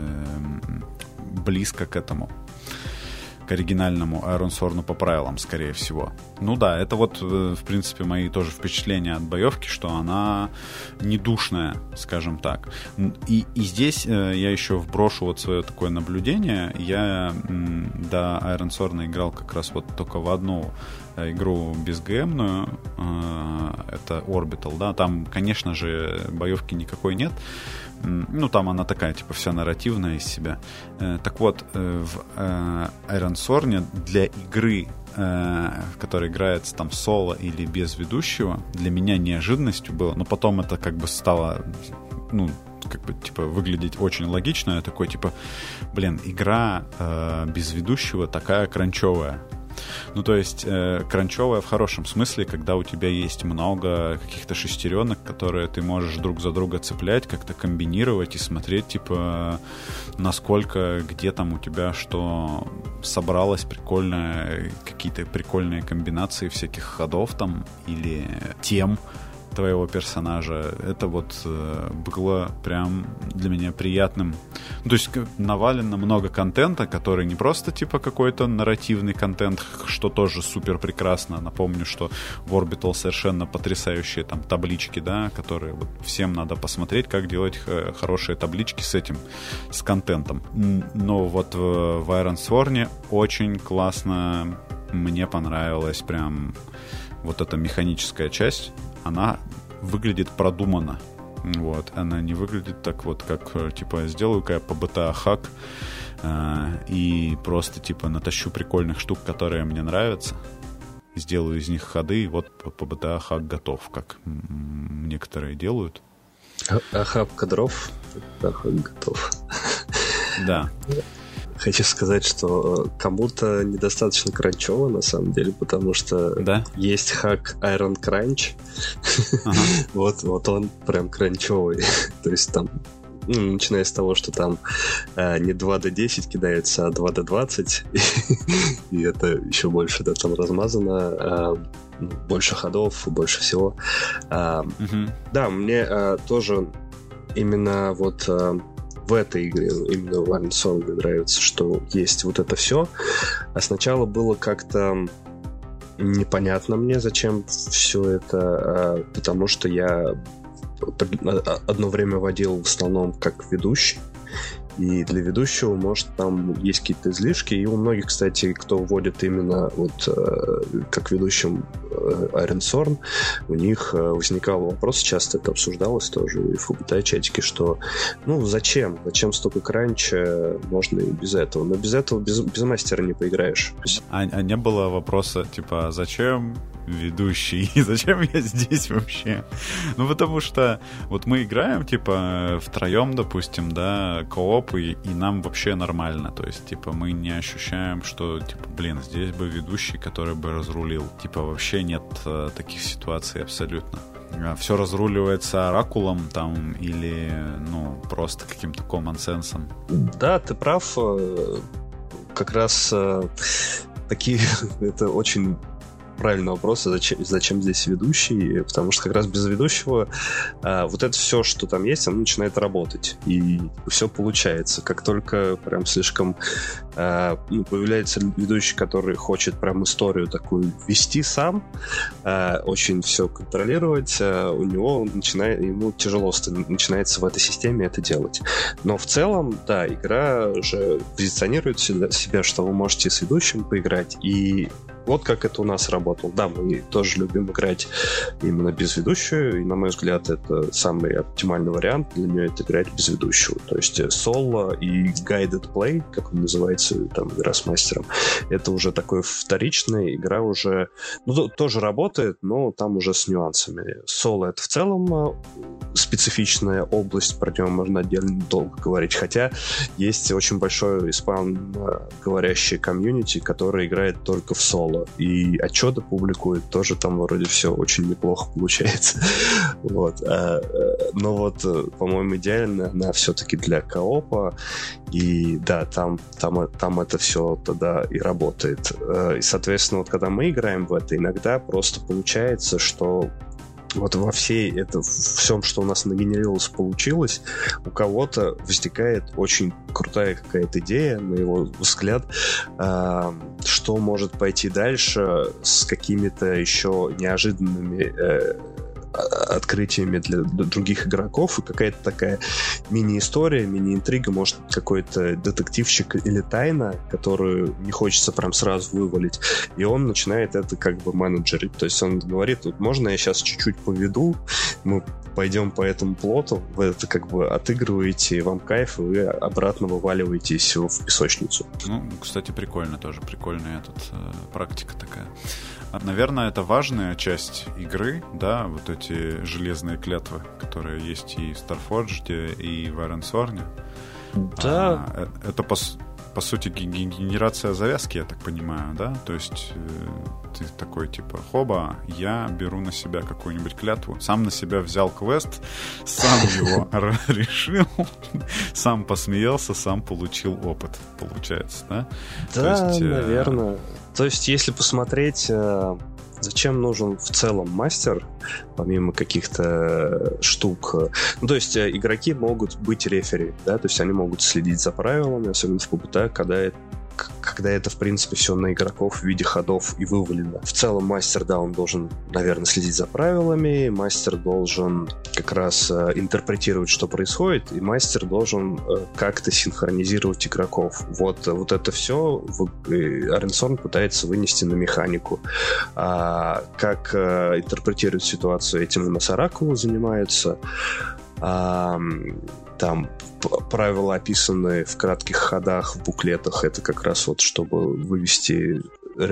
близко к этому, к оригинальному Ironsorn по правилам, скорее всего. Ну да, это вот, в принципе, мои тоже впечатления от боевки, что она не душная, скажем так. И здесь я еще вброшу вот свое такое наблюдение. Я до Ironsorn играл как раз вот только в одну игру безгемную, это Orbital, да, там, конечно же, боевки никакой нет. Ну, там она такая, типа, вся нарративная из себя. Так вот, в Ironsorn для игры, в которой играется там соло или без ведущего, для меня неожиданностью было, но потом это как бы стало, ну, как бы, типа, выглядеть очень логично. Я такой, типа, блин, игра без ведущего такая кранчевая. Ну, то есть кранчевая в хорошем смысле, когда у тебя есть много каких-то шестеренок, которые ты можешь друг за друга цеплять, как-то комбинировать и смотреть, типа, насколько, где там у тебя что собралось прикольное, какие-то прикольные комбинации всяких ходов там или тем твоего персонажа. Это вот было прям для меня приятным То есть навалено много контента, который не просто типа какой-то нарративный контент, что тоже супер прекрасно. Напомню, что в Orbital совершенно потрясающие там таблички, да, которые вот всем надо посмотреть, как делать хорошие таблички с этим, с контентом. Но вот в Ironsworn очень классно, мне понравилась прям вот эта механическая часть. Она выглядит продуманно. Вот, она не выглядит так вот, как, типа, сделаю-ка я по GTA хак и просто, типа, натащу прикольных штук, которые мне нравятся, сделаю из них ходы, и вот по GTA хак готов, как некоторые делают. Охапка дров, хак готов. Да. Хочу сказать, что кому-то недостаточно кранчово, на самом деле, потому что есть хак Iron Crunch. Ага. вот он прям кранчевый. То есть там, начиная с того, что там не 2D10 кидается, а 2D20. И это еще больше там размазано. Больше ходов, больше всего. Да, мне тоже именно вот... в этой игре, именно в Ironsworn, мне нравится, что есть вот это все. А сначала было как-то непонятно мне, зачем все это, потому что я одно время водил в основном как ведущий. И для ведущего, может, там есть какие-то излишки. И у многих, кстати, кто вводит именно вот как ведущим Ironsworn, у них возникал вопрос, часто это обсуждалось тоже и в чатике, что зачем столько кранча, можно и без этого. Но без этого, без мастера не поиграешь. А не было вопроса, типа, зачем ведущий? И зачем я здесь вообще? Потому что вот мы играем, типа, втроем, допустим, да, кооп, и нам вообще нормально. То есть, типа, мы не ощущаем, что, типа, здесь бы ведущий, который бы разрулил. Типа, вообще нет таких ситуаций абсолютно. Все разруливается оракулом там или, просто каким-то common-сенсом. Да, ты прав. Как раз такие... это очень... правильный вопрос, зачем здесь ведущий, потому что как раз без ведущего вот это все, что там есть, оно начинает работать, и все получается. Как только прям слишком появляется ведущий, который хочет прям историю такую вести сам, очень все контролировать, ему тяжело начинается в этой системе это делать. Но в целом, да, игра же позиционирует себя, что вы можете с ведущим поиграть, и вот как это у нас работало. Да, мы тоже любим играть именно без ведущего, и, на мой взгляд, это самый оптимальный вариант для нее — это играть без ведущего. То есть соло и guided play, как он называется, там, игра с мастером, это уже такой вторичная игра, уже тоже работает, но там уже с нюансами. Соло — это в целом специфичная область, про нее можно отдельно долго говорить, хотя есть очень большой испаноговорящий комьюнити, который играет только в соло, и отчеты публикует, тоже там вроде все очень неплохо получается. Вот. Но вот, по-моему, идеально она все-таки для коопа, и да, там это все тогда и работает. И, соответственно, вот когда мы играем в это, иногда просто получается, что вот во всем, что у нас нагенерировалось, получилось, у кого-то возникает очень крутая какая-то идея, на его взгляд, что может пойти дальше с какими-то еще неожиданными открытиями для других игроков, и какая-то такая мини-история, мини-интрига, может, какой-то детективчик или тайна, которую не хочется прям сразу вывалить, и он начинает это как бы менеджерить. То есть он говорит, вот можно я сейчас чуть-чуть поведу, мы пойдем по этому плоту, вы это как бы отыгрываете, вам кайф, и вы обратно вываливаетесь в песочницу. Кстати, прикольно тоже, прикольная практика такая. Наверное, это важная часть игры, да, вот эти железные клятвы, которые есть и в Starforged, и в Ironsworn. Да. Это, по сути, генерация завязки, я так понимаю, да? То есть ты такой, типа, хоба, я беру на себя какую-нибудь клятву, сам на себя взял квест, сам его решил, сам посмеялся, сам получил опыт, получается, да? Да, наверное. То есть, если посмотреть зачем нужен в целом мастер, помимо каких-то штук? Ну, то есть игроки могут быть рефери, да, то есть они могут следить за правилами, особенно в PBTA, когда это, в принципе, все на игроков в виде ходов и вывалено. В целом мастер, да, он должен, наверное, следить за правилами, мастер должен как раз интерпретировать, что происходит, и мастер должен как-то синхронизировать игроков. Вот это все Ironsorn пытается вынести на механику. А как интерпретировать ситуацию, этим у нас Оракул занимается. Там правила описаны в кратких ходах, в буклетах. Это как раз вот, чтобы вывести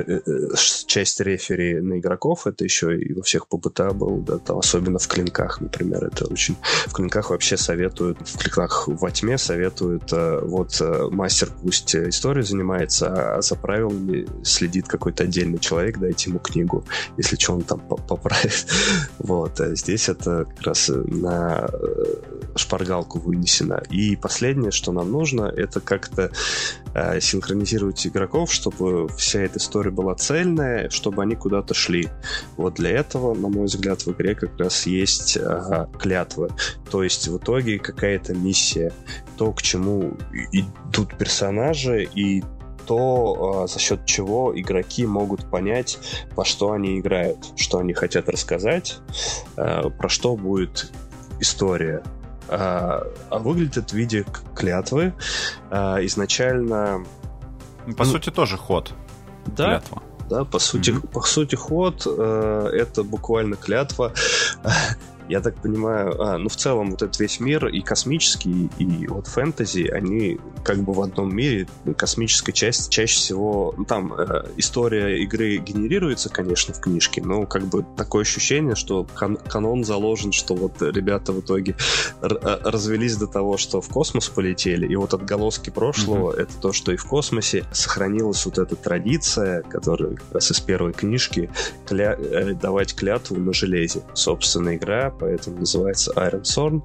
часть рефери на игроков. Это еще и во всех PBTA был, да, там, особенно в клинках, например. Это очень... В клинках вообще советуют, в клинках во тьме советуют, мастер пусть историей занимается, а за правилами следит какой-то отдельный человек, дайте ему книгу, если что, он там поправит. Вот. А здесь это как раз на шпаргалку вынесено. И последнее, что нам нужно, это как-то синхронизировать игроков, чтобы вся эта история была цельная, чтобы они куда-то шли. Вот для этого, на мой взгляд, в игре как раз есть клятвы. То есть в итоге какая-то миссия, то, к чему идут персонажи, и то, за счет чего игроки могут понять, во что они играют, что они хотят рассказать, про что будет история. А выглядит это в виде клятвы. Изначально... По сути, тоже ход. Да, клятва. Да, по сути ход это буквально клятва. Я так понимаю, в целом вот этот весь мир и космический, и вот фэнтези, они как бы в одном мире. Космическая часть чаще всего... там история игры генерируется, конечно, в книжке, но как бы такое ощущение, что канон заложен, что вот ребята в итоге развелись до того, что в космос полетели, и вот отголоски прошлого это то, что и в космосе сохранилась вот эта традиция, которая как раз из первой книжки, давать клятву на железе. Собственно, игра поэтому называется Ironsorn.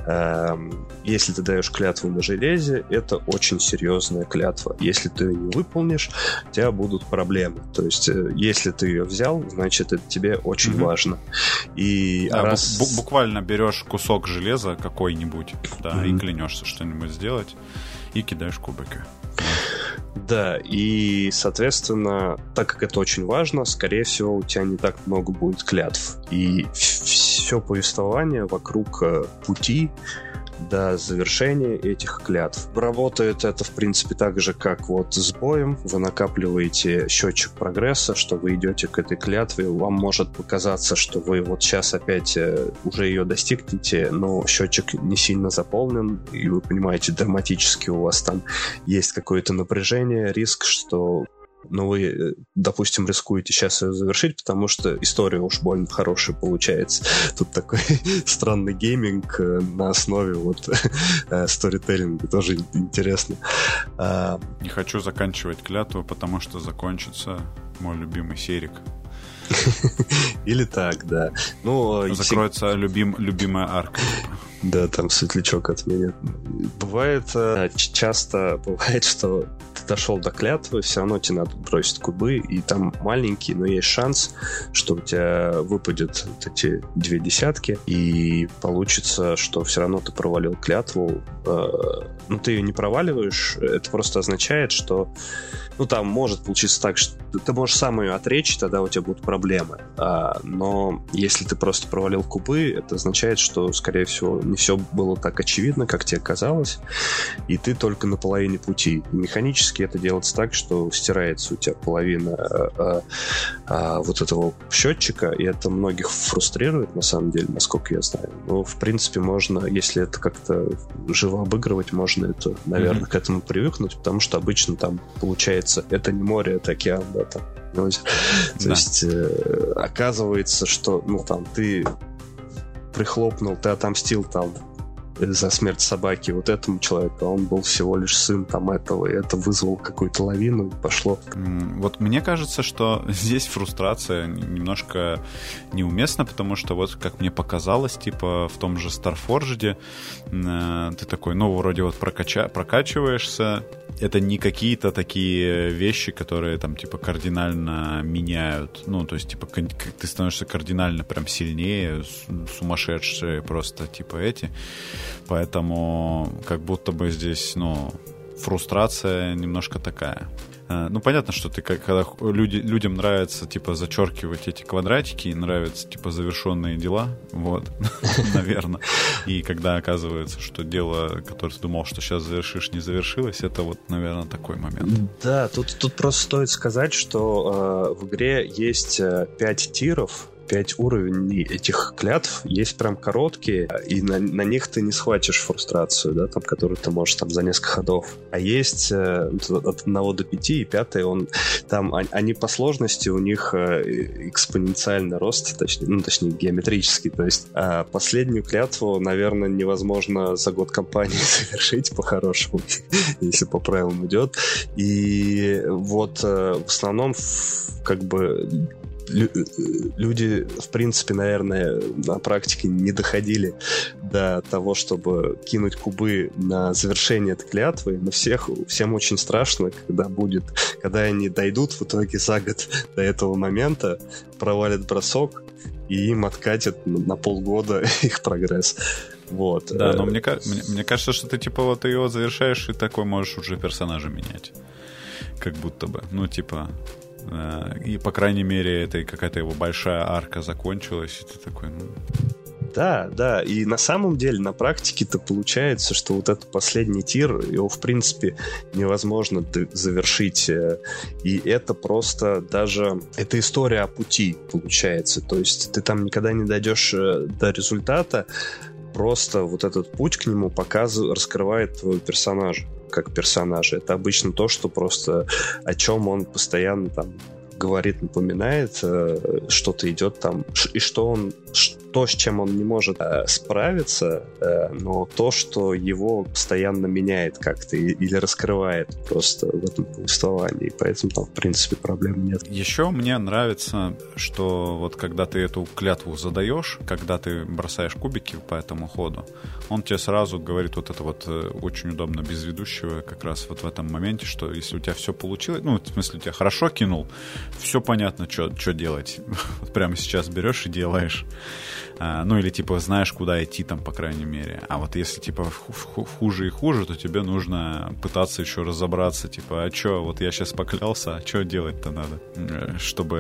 Если ты даешь клятву на железе, это очень серьезная клятва. Если ты ее не выполнишь, у тебя будут проблемы. То есть, если ты ее взял, значит, это тебе очень важно. И буквально берешь кусок железа какой-нибудь, да, и клянешься что-нибудь сделать, и кидаешь кубики. Да, и, соответственно, так как это очень важно, скорее всего, у тебя не так много будет клятв. И все повествование вокруг пути до завершения этих клятв. Работает это, в принципе, так же, как вот с боем. Вы накапливаете счетчик прогресса, что вы идете к этой клятве. Вам может показаться, что вы вот сейчас опять уже ее достигнете, но счетчик не сильно заполнен, и вы понимаете, драматически у вас там есть какое-то напряжение, риск, что вы, допустим, рискуете сейчас ее завершить, потому что история уж больно хорошая получается. Тут такой странный гейминг на основе вот сторителлинга, тоже интересно. Не хочу заканчивать клятву, потому что закончится мой любимый серик. Или так, да. Закроется любимая арка. Да, там светлячок отменят. Бывает, часто бывает, что ты дошел до клятвы, все равно тебе надо бросить кубы, и там маленький, но есть шанс, что у тебя выпадет вот эти 2 десятки, и получится, что все равно ты провалил клятву. Но ты ее не проваливаешь, это просто означает, что там может получиться так, что ты можешь сам ее отречь, тогда у тебя будут проблемы. Но если ты просто провалил кубы, это означает, что, скорее всего, не все было так очевидно, как тебе казалось, и ты только на половине пути. И механически это делается так, что стирается у тебя половина вот этого счетчика, и это многих фрустрирует, на самом деле, насколько я знаю. Но, в принципе, можно, если это как-то живо обыгрывать, можно это, наверное, к этому привыкнуть, потому что обычно там получается это не море, это океан, да, там. То есть оказывается, что ты прихлопнул, ты отомстил там за смерть собаки вот этому человеку, а он был всего лишь сын там этого, и это вызвало какую-то лавину, и пошло. Вот мне кажется, что здесь фрустрация немножко неуместна, потому что вот, как мне показалось, типа в том же Starforged ты такой, вроде вот прокачиваешься, это не какие-то такие вещи, которые там типа кардинально меняют. Ну, то есть типа ты становишься кардинально прям сильнее, сумасшедшие просто типа эти. Поэтому как будто бы здесь, ну, фрустрация немножко такая. Ну, понятно, что ты, когда людям нравится, типа, зачеркивать эти квадратики, нравятся, типа, завершенные дела, вот, наверное. И когда оказывается, что дело, которое ты думал, что сейчас завершишь, не завершилось, это вот, наверное, такой момент. Да, тут просто стоит сказать, что в игре есть 5 тиров, 5 уровней этих клятв, есть прям короткие, и на них ты не схватишь фрустрацию, да, там, которую ты можешь там за несколько ходов. А есть от 1 до 5, и 5 там, они по сложности, у них экспоненциальный рост, точнее геометрический, то есть последнюю клятву, наверное, невозможно за год кампании завершить по-хорошему, если по правилам идет. И вот в основном как бы люди, в принципе, наверное, на практике не доходили до того, чтобы кинуть кубы на завершение этой клятвы, но всем очень страшно, когда они дойдут в итоге за год до этого момента, провалят бросок, и им откатят на полгода их прогресс. Вот. Да, но мне кажется, что ты типа вот его завершаешь, и такой можешь уже персонажа менять. Как будто бы. Ну, типа... И, по крайней мере, это какая-то его большая арка закончилась, и ты такой, ну... Да, и на самом деле, на практике-то получается, что вот этот последний тир, его, в принципе, невозможно завершить, и это просто даже... Это история о пути, получается, то есть ты там никогда не дойдешь до результата, просто вот этот путь к нему раскрывает твоего персонажа, как персонажа. Это обычно то, что просто о чем он постоянно там говорит, напоминает, что-то идет там, и то, с чем он не может справиться, но то, что его постоянно меняет как-то или раскрывает просто в этом повествовании, поэтому там, в принципе, проблем нет. Еще мне нравится, что вот когда ты эту клятву задаешь, когда ты бросаешь кубики по этому ходу, он тебе сразу говорит вот это вот очень удобно без ведущего как раз вот в этом моменте, что если у тебя все получилось, ну, в смысле, у тебя хорошо кинул, все понятно, что делать. Вот прямо сейчас берешь и делаешь. Ну, или, типа, знаешь, куда идти там, по крайней мере. А вот если, типа, хуже и хуже, то тебе нужно пытаться еще разобраться, типа, а что, вот я сейчас поклялся, а что делать-то надо, чтобы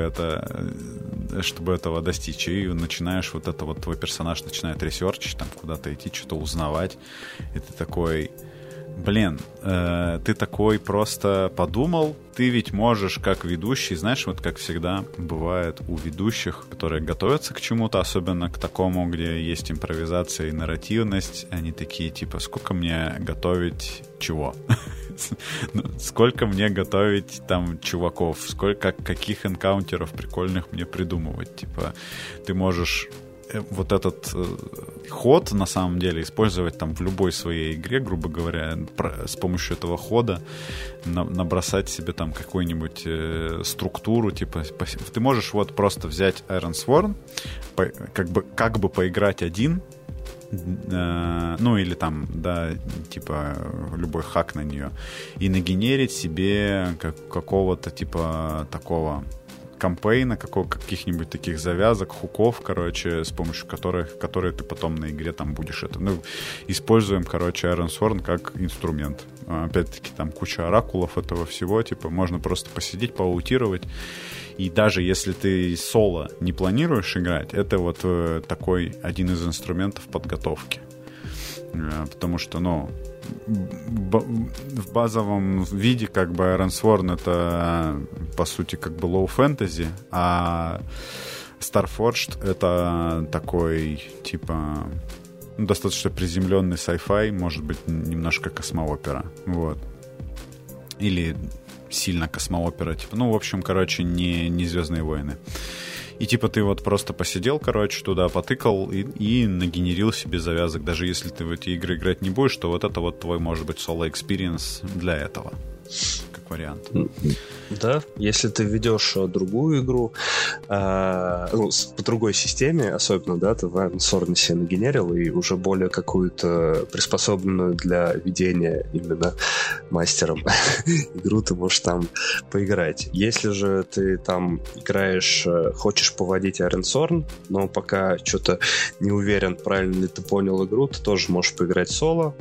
этого достичь. И начинаешь вот это вот, твой персонаж начинает ресерчить, там, куда-то идти, что-то узнавать. И ты такой... Блин, ты такой просто подумал, ты ведь можешь как ведущий, знаешь, вот как всегда бывает у ведущих, которые готовятся к чему-то, особенно к такому, где есть импровизация и нарративность, они такие, типа, сколько мне готовить чего? Сколько мне готовить там чуваков? Каких энкаунтеров прикольных мне придумывать? Типа, ты можешь... вот этот ход, на самом деле, использовать там в любой своей игре, грубо говоря, с помощью этого хода набросать себе там какую-нибудь структуру, типа, ты можешь вот просто взять Ironsworn, как бы поиграть один, ну или там, да, типа любой хак на нее, и нагенерить себе какого-то типа такого кампейна, каких-нибудь таких завязок, хуков, короче, с помощью которые ты потом на игре там будешь это... Ну, используем, короче, Ironsworn как инструмент. Опять-таки, там куча оракулов этого всего, типа, можно просто посидеть, поаутировать. И даже если ты соло не планируешь играть, это вот такой один из инструментов подготовки. Потому что, ну, в базовом виде как бы Ironsworn это по сути как бы low fantasy, а Starforged это такой типа достаточно приземленный sci-fi, может быть немножко космоопера, вот, или сильно космоопера, типа, ну в общем, короче, не Звездные войны. И типа ты вот просто посидел, короче, туда потыкал и нагенерил себе завязок. Даже если ты в эти игры играть не будешь, то вот это вот твой, может быть, соло-экспириенс для этого. Как вариант. Да, если ты ведешь другую игру, по другой системе, особенно, да, ты в Iron Sword себе нагенерил и уже более какую-то приспособленную для ведения именно мастером игру ты можешь там поиграть. Если же ты там играешь, хочешь поводить Iron Sword, но пока что-то не уверен, правильно ли ты понял игру, ты тоже можешь поиграть соло,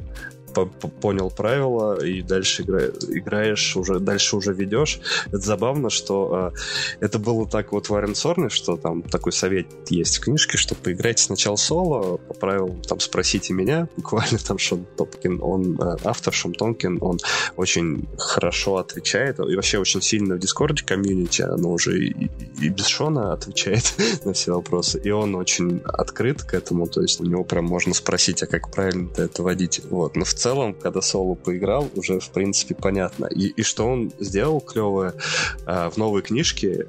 понял правила и дальше играешь, дальше уже ведешь. Это забавно, что это было так вот в Iron Sword, что там такой совет есть в книжке, что поиграйте сначала соло, по правилам там спросите меня, буквально там Шон Топкин, автор Шон Топкин, он очень хорошо отвечает, и вообще очень сильно в Дискорде комьюнити, оно уже и без Шона отвечает на все вопросы, и он очень открыт к этому, то есть у него прям можно спросить, а как правильно это водить, вот, но в целом, когда соло поиграл, уже, в принципе, понятно. И что он сделал клевое в новой книжке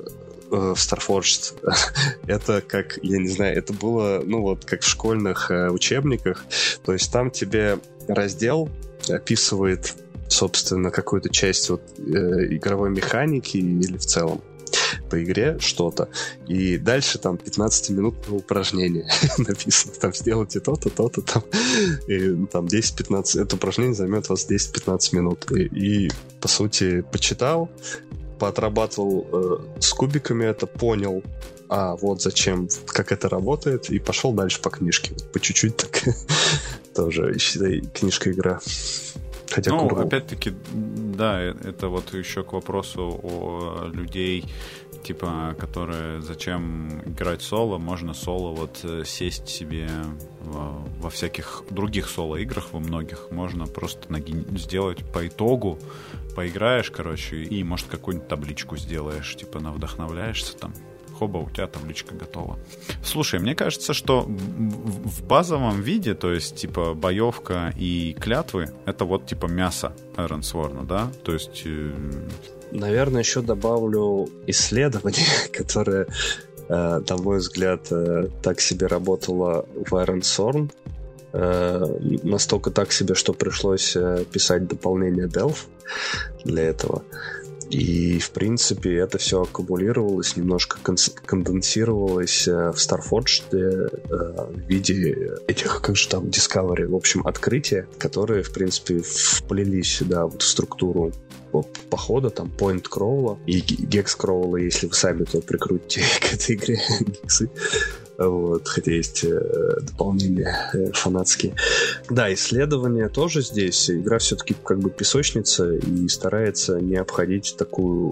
в Starforged, это как, я не знаю, это было, как в школьных учебниках. То есть там тебе раздел описывает, собственно, какую-то часть игровой механики или в целом по игре что-то, и дальше там 15-минутное упражнение написано, там сделайте то-то, то-то, там, и там 10-15, это упражнение займет вас 10-15 минут, и по сути почитал, поотрабатывал с кубиками это, понял, вот зачем, как это работает, и пошел дальше по книжке, по чуть-чуть так тоже, считай, книжка-игра. Хотя опять-таки, да, это вот еще к вопросу о людей, типа, которые зачем играть соло, можно соло сесть себе во всяких других соло-играх, во многих, можно просто сделать по итогу, поиграешь, короче, и, может, какую-нибудь табличку сделаешь, типа, вдохновляешься там, хоба, у тебя табличка готова. Слушай, мне кажется, что в базовом виде, то есть, типа, боевка и клятвы, это типа, мясо Iron Sword, да? То есть... Наверное, еще добавлю исследование, которое, на мой взгляд, так себе работало в Iron Sword. Настолько так себе, что пришлось писать дополнение Delve для этого. И, в принципе, это все аккумулировалось, немножко конденсировалось в Starforged в виде этих, как же там, Discovery, в общем, открытия, которые, в принципе, вплелись сюда в структуру похода, там, point crawl и gex crawl, если вы сами то прикрутите к этой игре гексы. Вот, хотя есть дополнения фанатские. Да, исследования тоже здесь. Игра все-таки как бы песочница и старается не обходить такую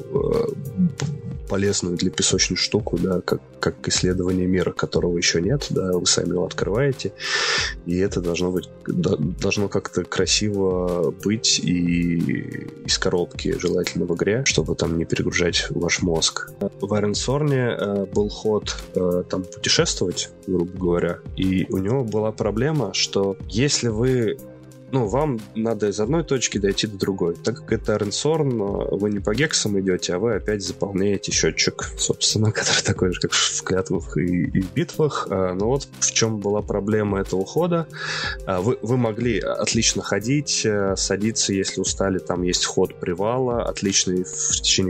полезную для песочной штуку, да, как исследование мира, которого еще нет, да, вы сами его открываете, и это должно как-то красиво быть и из коробки, желательно в игре, чтобы там не перегружать ваш мозг. В Iron Sword был ход там путешествовать, грубо говоря, и у него была проблема, что если вы вам надо из одной точки дойти до другой. Так как это Iron Sword, вы не по гексам идете, а вы опять заполняете счетчик, собственно, который такой же, как в клятвах и в битвах. Но вот в чем была проблема этого хода. Вы могли отлично ходить, садиться, если устали, там есть ход привала, отличный в течение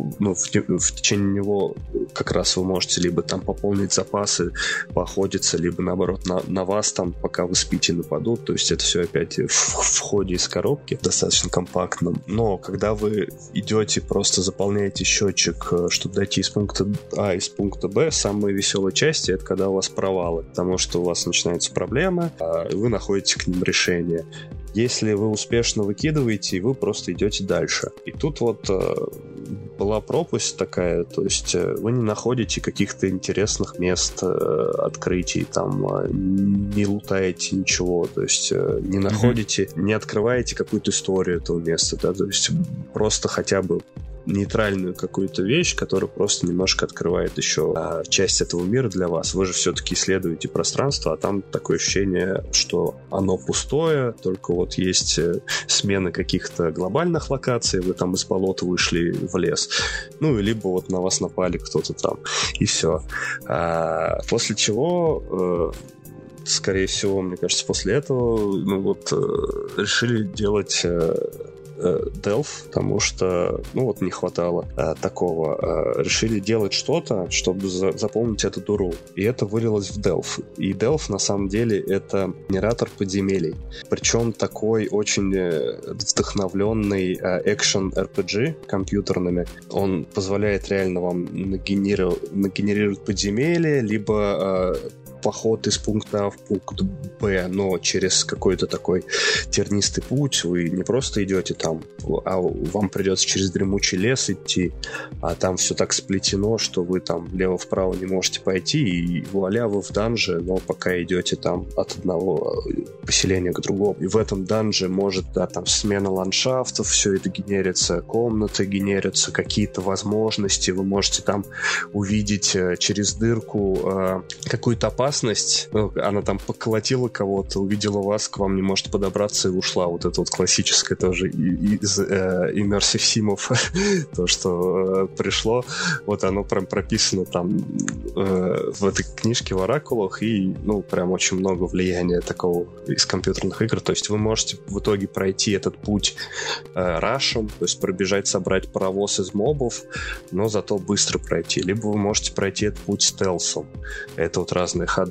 в течение него как раз вы можете либо там пополнить запасы, поохотиться, либо наоборот на вас там, пока вы спите, нападут. То есть это все опять в ходе из коробки, достаточно компактном. Но когда вы идете, просто заполняете счетчик, чтобы дойти из пункта А из пункта Б, самые веселые части — это когда у вас провалы, потому что у вас начинаются проблемы, а вы находите к ним решение. Если вы успешно выкидываете, вы просто идете дальше. И тут была пропасть такая, то есть вы не находите каких-то интересных мест, открытий, там, не лутаете ничего, то есть не находите, не открываете какую-то историю этого места, да, то есть просто хотя бы нейтральную какую-то вещь, которая просто немножко открывает еще часть этого мира для вас. Вы же все-таки исследуете пространство, а там такое ощущение, что оно пустое, только вот есть смена каких-то глобальных локаций, вы там из болота вышли в лес, либо на вас напали кто-то там, и все. После чего... скорее всего, мне кажется, после этого решили делать Delve, потому что, не хватало такого. Решили делать что-то, чтобы заполнить эту дыру. И это вылилось в Delve. И Delve, на самом деле, это генератор подземелий. Причем такой очень вдохновленный экшен-RPG компьютерными. Он позволяет реально вам нагенерировать подземелья, либо поход из пункта А в пункт Б, но через какой-то такой тернистый путь. Вы не просто идете там, а вам придется через дремучий лес идти, а там все так сплетено, что вы там влево-вправо не можете пойти, и вуаля, вы в данже, но пока идете там от одного поселения к другому. И в этом данже может, там смена ландшафтов, все это генерится, комнаты генерятся, какие-то возможности, вы можете там увидеть через дырку какую-то опасность, она там поколотила кого-то, увидела вас, к вам не может подобраться и ушла. Вот это вот классическое тоже из Immersive Sim'ов то, что пришло. Вот оно прям прописано там в этой книжке в оракулах, и прям очень много влияния такого из компьютерных игр. То есть вы можете в итоге пройти этот путь рашем, то есть пробежать, собрать паровоз из мобов, но зато быстро пройти. Либо вы можете пройти этот путь стелсом. Это вот разные ходы.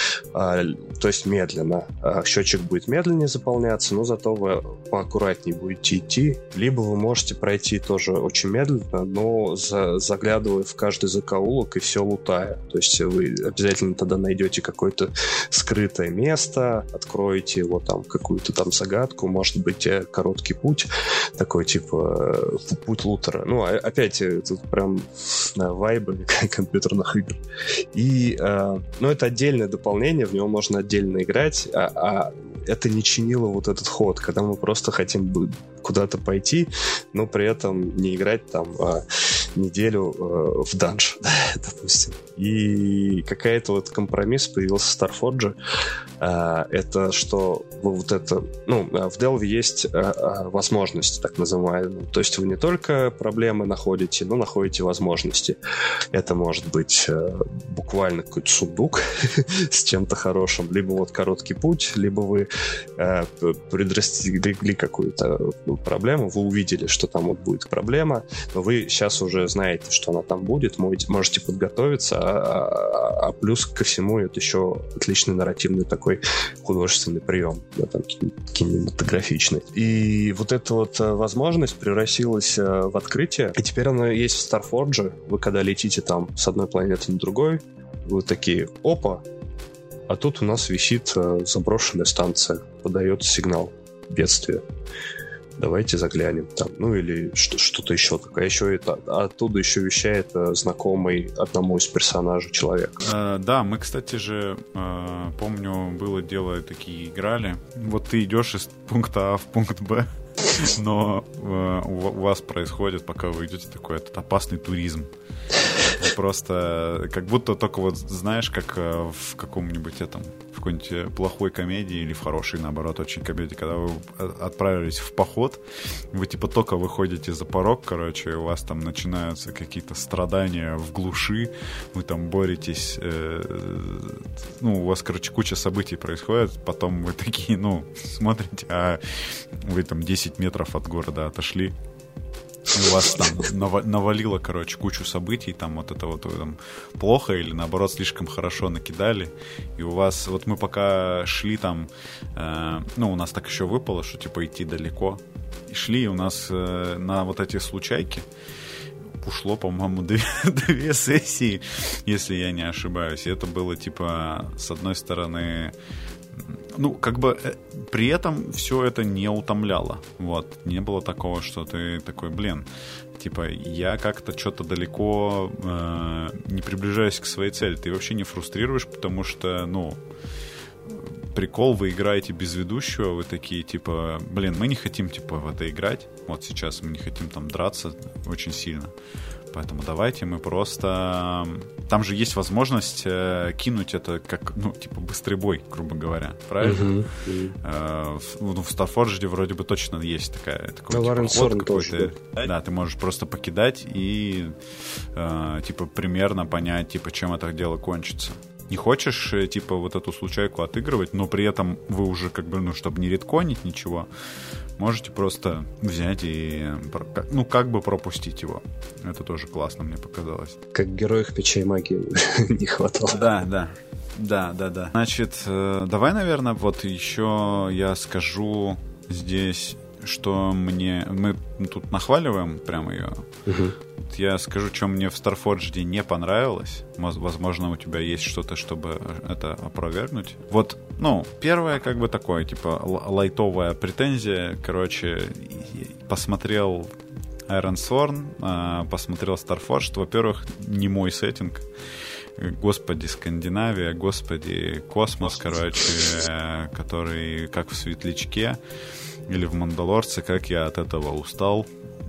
То есть медленно. Счетчик будет медленнее заполняться, но зато вы поаккуратнее будете идти. Либо вы можете пройти тоже очень медленно, но заглядывая в каждый закоулок и все лутая. То есть вы обязательно тогда найдете какое-то скрытое место, откроете его там, какую-то там загадку, может быть, короткий путь, такой типа путь лутера. Опять, тут прям вайбы компьютерных игр. И, это отдельное дополнение, в него можно отдельно играть, а это не чинило вот этот ход, когда мы просто хотим куда-то пойти, но при этом не играть там неделю в данж, допустим. И какая-то вот компромисс появился в Starforge. Это что вот это... в Delve есть возможности, так называемые. То есть вы не только проблемы находите, но находите возможности. Это может быть буквально какой-то сундук с чем-то хорошим, либо вот короткий путь, либо вы предрастерегли какую-то проблему, вы увидели, что там вот будет проблема, но вы сейчас уже знаете, что она там будет, можете подготовиться, а плюс ко всему это еще отличный нарративный такой художественный прием, там, кинематографичный. И вот эта вот возможность превратилась в открытие, и теперь она есть в Starforge. Вы когда летите там с одной планеты на другой, вы такие, опа, а тут у нас висит заброшенная станция, подает сигнал бедствия. Давайте заглянем там. Или что-то еще такое. Еще это, оттуда еще вещает знакомый одному из персонажей человек. Да, мы, кстати же, помню, было дело, такие играли. Вот ты идешь из пункта А в пункт Б, но у вас происходит, пока вы идете, такой этот опасный туризм. Просто как будто только вот знаешь, как в каком-нибудь в какой-нибудь плохой комедии или в хорошей, наоборот, очень комедии, когда вы отправились в поход, вы типа только выходите за порог, короче, у вас там начинаются какие-то страдания в глуши, вы там боретесь, у вас, короче, куча событий происходит, потом вы такие, смотрите, а вы там 10 метров от города отошли, и у вас там навалило, короче, кучу событий, там вот это вот там плохо или наоборот слишком хорошо накидали, и у вас, вот мы пока шли там, у нас так еще выпало, что типа идти далеко, и шли, и у нас на вот эти случайки ушло, по-моему, две сессии, если я не ошибаюсь, и это было типа, с одной стороны... при этом все это не утомляло. Вот. Не было такого, что ты такой, я как-то что-то далеко не приближаюсь к своей цели. Ты вообще не фрустрируешь, потому что, прикол, вы играете без ведущего, вы такие, мы не хотим, в это играть. Вот сейчас мы не хотим там драться очень сильно. Поэтому давайте мы просто... Там же есть возможность кинуть это как, быстрый бой, грубо говоря. Правильно? В Starforge вроде бы точно есть такой ход какой-то. Да, ты можешь просто покидать и примерно понять, чем это дело кончится. не хочешь, типа, вот эту случайку отыгрывать, но при этом вы уже, как бы, ну, чтобы не редконить ничего, можете просто взять и, ну, как бы пропустить его. Это тоже классно, мне показалось. Как героев Меча и Магии не хватало. Да. Значит, давай, наверное, вот еще я скажу здесь, что мы тут нахваливаем прям ее. Я скажу, что мне в Starforged не понравилось. Возможно, у тебя есть что-то, чтобы это опровергнуть. Вот, ну, первое, как бы такое, типа, лайтовая претензия. Короче, посмотрел Ironsorn, посмотрел Starforged. Во-первых, не мой сеттинг. Господи, Скандинавия, господи, космос, короче, который как в Светлячке или в Мандалорце, как я от этого устал.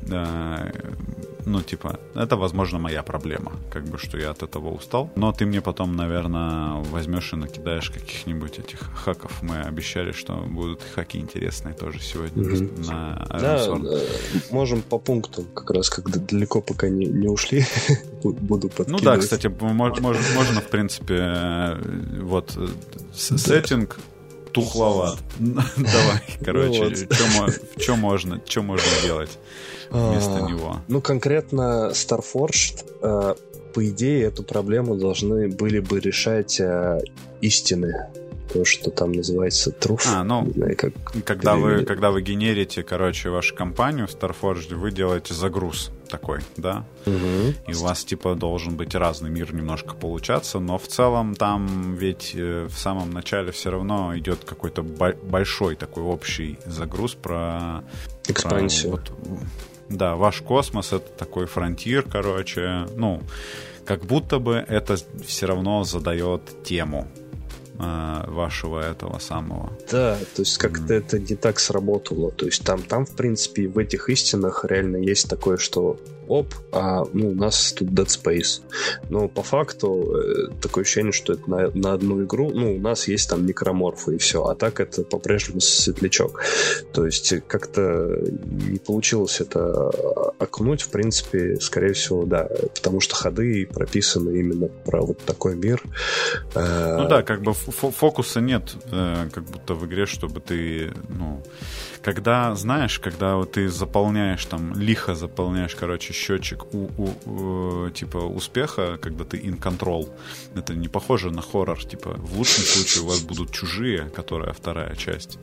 Ну, типа, это, возможно, моя проблема, как бы, что я от этого устал. Но ты мне потом, наверное, возьмешь и накидаешь каких-нибудь этих хаков. Мы обещали, что будут хаки интересные тоже сегодня на Ironsorn. Да, можем по пунктам, как раз, когда далеко пока не ушли, буду подкидывать. Ну да, кстати, можно, в принципе, вот, сеттинг тухловат. Давай, короче, что можно делать вместо него? Ну, конкретно Starforged, по идее, эту проблему должны были бы решать истины. То, что там называется truth. Не знаю, когда вы генерите, короче, вашу компанию в Starforged, вы делаете загруз такой, да? И у вас, типа, должен быть разный мир немножко получаться, но в целом там ведь в самом начале все равно идет какой-то большой такой общий загруз про... экспансию. Да, ваш космос — это такой фронтир, короче. Ну, как будто бы это все равно задает тему вашего этого самого. Да, то есть как-то это не так сработало. То есть там, в принципе, в этих истинах реально есть такое, что у нас тут Dead Space. Но по факту такое ощущение, что это на одну игру. Ну, у нас есть там некроморфы и все. А так это по-прежнему Светлячок. То есть как-то не получилось это окунуть, в принципе, скорее всего, да. Потому что ходы прописаны именно про вот такой мир. Ну да, как бы фокуса нет, как будто в игре, чтобы ты, когда, знаешь, когда вот ты заполняешь там, лихо заполняешь, короче, счетчик типа успеха, когда ты in control, это не похоже на хоррор, типа в лучшем случае у вас будут чужие, которая вторая часть,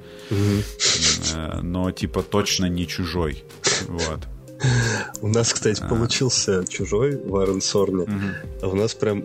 но типа точно не чужой, вот. У нас, кстати, получился чужой в Ironsorn. А у нас прям...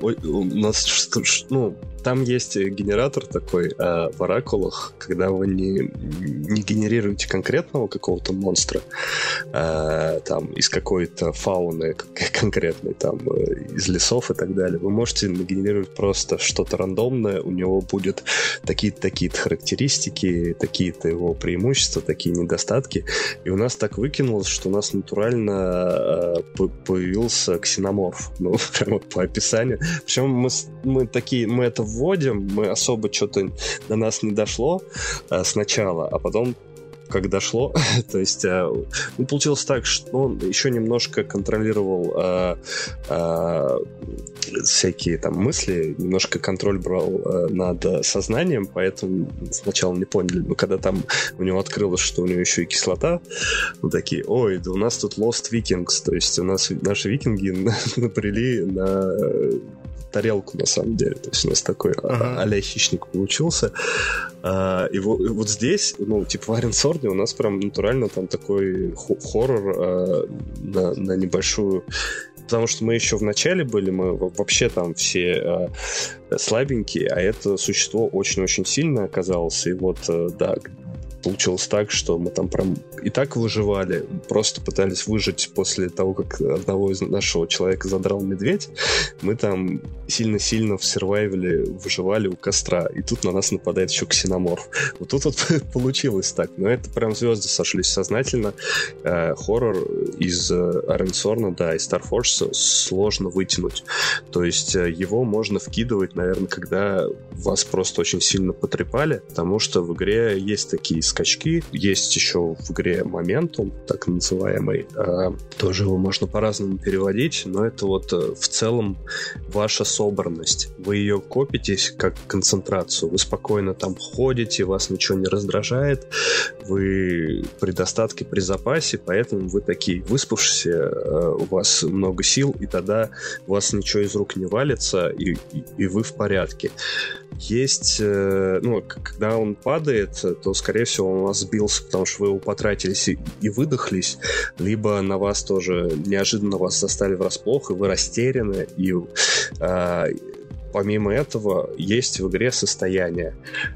там есть генератор такой в оракулах, когда вы не генерируете конкретного какого-то монстра, там, из какой-то фауны конкретной, там, из лесов и так далее. Вы можете нагенерировать просто что-то рандомное, у него будет такие-то характеристики, такие-то его преимущества, такие недостатки. И у нас так выкинулось, что у нас натурально появился ксеноморф. Ну, прямо по описанию. Причем мы это вводим, мы особо что-то до нас не дошло сначала, а потом как дошло, то есть получилось так, что он еще немножко контролировал всякие там мысли, немножко контроль брал над сознанием, поэтому сначала не поняли, но когда там у него открылось, что у него еще и кислота, мы такие, ой, да у нас тут Lost Vikings, то есть у нас наши викинги набрели на тарелку, на самом деле. То есть у нас такой а-ля хищник получился. И вот здесь, типа в Ironsorn у нас прям натурально там такой хоррор на небольшую... Потому что мы еще в начале были, мы вообще там все слабенькие, а это существо очень-очень сильно оказалось. И вот, да, получилось так, что мы там прям и так выживали, просто пытались выжить после того, как одного из нашего человека задрал медведь. Мы там сильно-сильно в сервайвеле выживали у костра, и тут на нас нападает еще ксеноморф. Вот тут вот получилось так, но это прям звезды сошлись сознательно. Хоррор из Ironsorn, да, из Starforged сложно вытянуть. То есть его можно вкидывать, наверное, когда вас просто очень сильно потрепали, потому что в игре есть такие скачки. Есть еще в игре Momentum, так называемый. Тоже его можно по-разному переводить, но это вот в целом ваша собранность. Вы ее копите как концентрацию. Вы спокойно там ходите, вас ничего не раздражает. Вы при достатке, при запасе, поэтому вы такие выспавшиеся, у вас много сил, и тогда у вас ничего из рук не валится, и вы в порядке. Есть, когда он падает, то, скорее всего, он у вас сбился, потому что вы его потратились и выдохлись, либо на вас тоже неожиданно вас застали врасплох, и вы растеряны, и помимо этого есть в игре состояния.